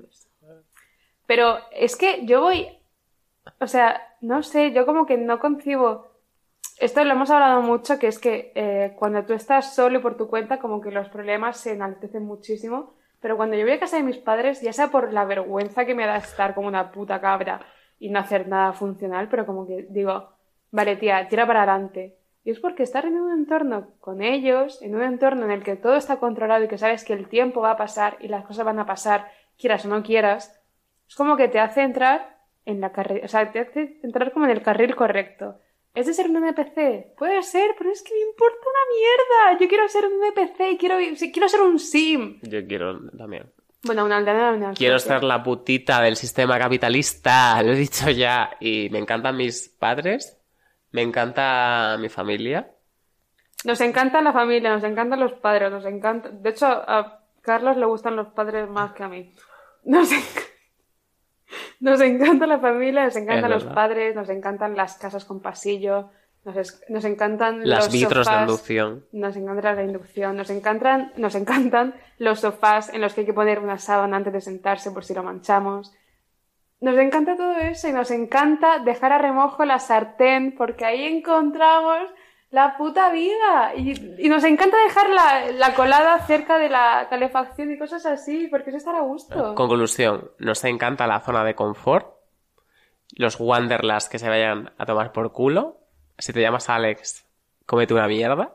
Pero es que yo voy... O sea, no sé, yo como que no concibo... Esto lo hemos hablado mucho, que es que eh, cuando tú estás solo y por tu cuenta, como que los problemas se enaltecen muchísimo. Pero cuando yo voy a casa de mis padres, ya sea por la vergüenza que me da estar como una puta cabra y no hacer nada funcional, pero como que digo, vale, tía, tira para adelante. Y es porque estar en un entorno con ellos, en un entorno en el que todo está controlado y que sabes que el tiempo va a pasar y las cosas van a pasar, quieras o no quieras, es como que te hace entrar en la carrera, o sea, te hace entrar como en el carril correcto. ¿Es de ser un N P C? Puede ser, pero es que me importa una mierda. Yo quiero ser un N P C y quiero, sí, quiero ser un sim. Yo quiero también. Bueno, una aldea, una Quiero suerte. ser la putita del sistema capitalista, lo he dicho ya. Y me encantan mis padres, me encanta mi familia. Nos encanta la familia, nos encantan los padres, nos encanta... De hecho, a Carlos le gustan los padres más que a mí. Nos, enc... nos encanta la familia, nos encantan los padres, nos encantan las casas con pasillo, nos, es... nos encantan las los vitros sofás, de inducción. Nos encanta la inducción, nos encantan, nos encantan los sofás en los que hay que poner una sábana antes de sentarse por si lo manchamos. Nos encanta todo eso y nos encanta dejar a remojo la sartén porque ahí encontramos la puta vida. Y, y nos encanta dejar la, la colada cerca de la calefacción y cosas así porque es estar a gusto. Conclusión, nos encanta la zona de confort, los Wanderlust que se vayan a tomar por culo. Si te llamas Alex, cómete una mierda.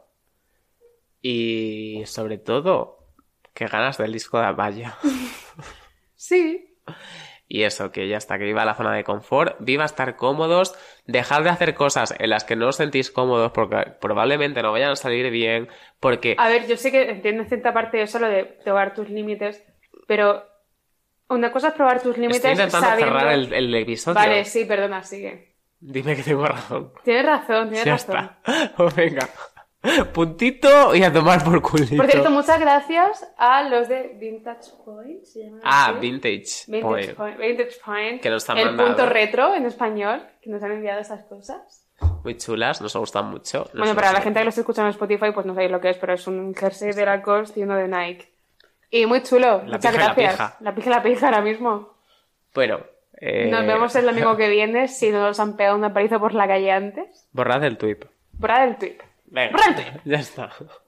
Y sobre todo, qué ganas del disco de Amaya. Sí. Y eso, que ya está, que viva la zona de confort, viva estar cómodos, dejad de hacer cosas en las que no os sentís cómodos porque probablemente no vayan a salir bien, porque... A ver, yo sé que entiendo en cierta parte eso, lo de probar tus límites, pero una cosa es probar tus límites Estoy intentando sabiendo... cerrar el, el episodio. Vale, sí, perdona, sigue. Dime que tengo razón. Tienes razón, tienes Ya razón. está. Pues venga. Puntito y a tomar por culito. Por cierto, muchas gracias a los de Vintage Point. ¿Se llaman Ah, así? Vintage, Vintage Point. Point. Vintage Point. Que nos han el mandado. punto retro en español, que nos han enviado estas cosas. Muy chulas, nos gustan mucho. Nos Bueno, para la gustan. gente que lo está escuchando en Spotify, pues no sabéis lo que es, pero es un jersey de Lacoste y uno de Nike. Y muy chulo. La Muchas pija y la gracias. pija. La pija y la pija ahora mismo. Bueno, eh... Nos vemos el domingo que viene si no nos han pegado una paliza por la calle antes. borrad el tweet. Borrad el tweet. Venga, Borrad el tweet. ya está.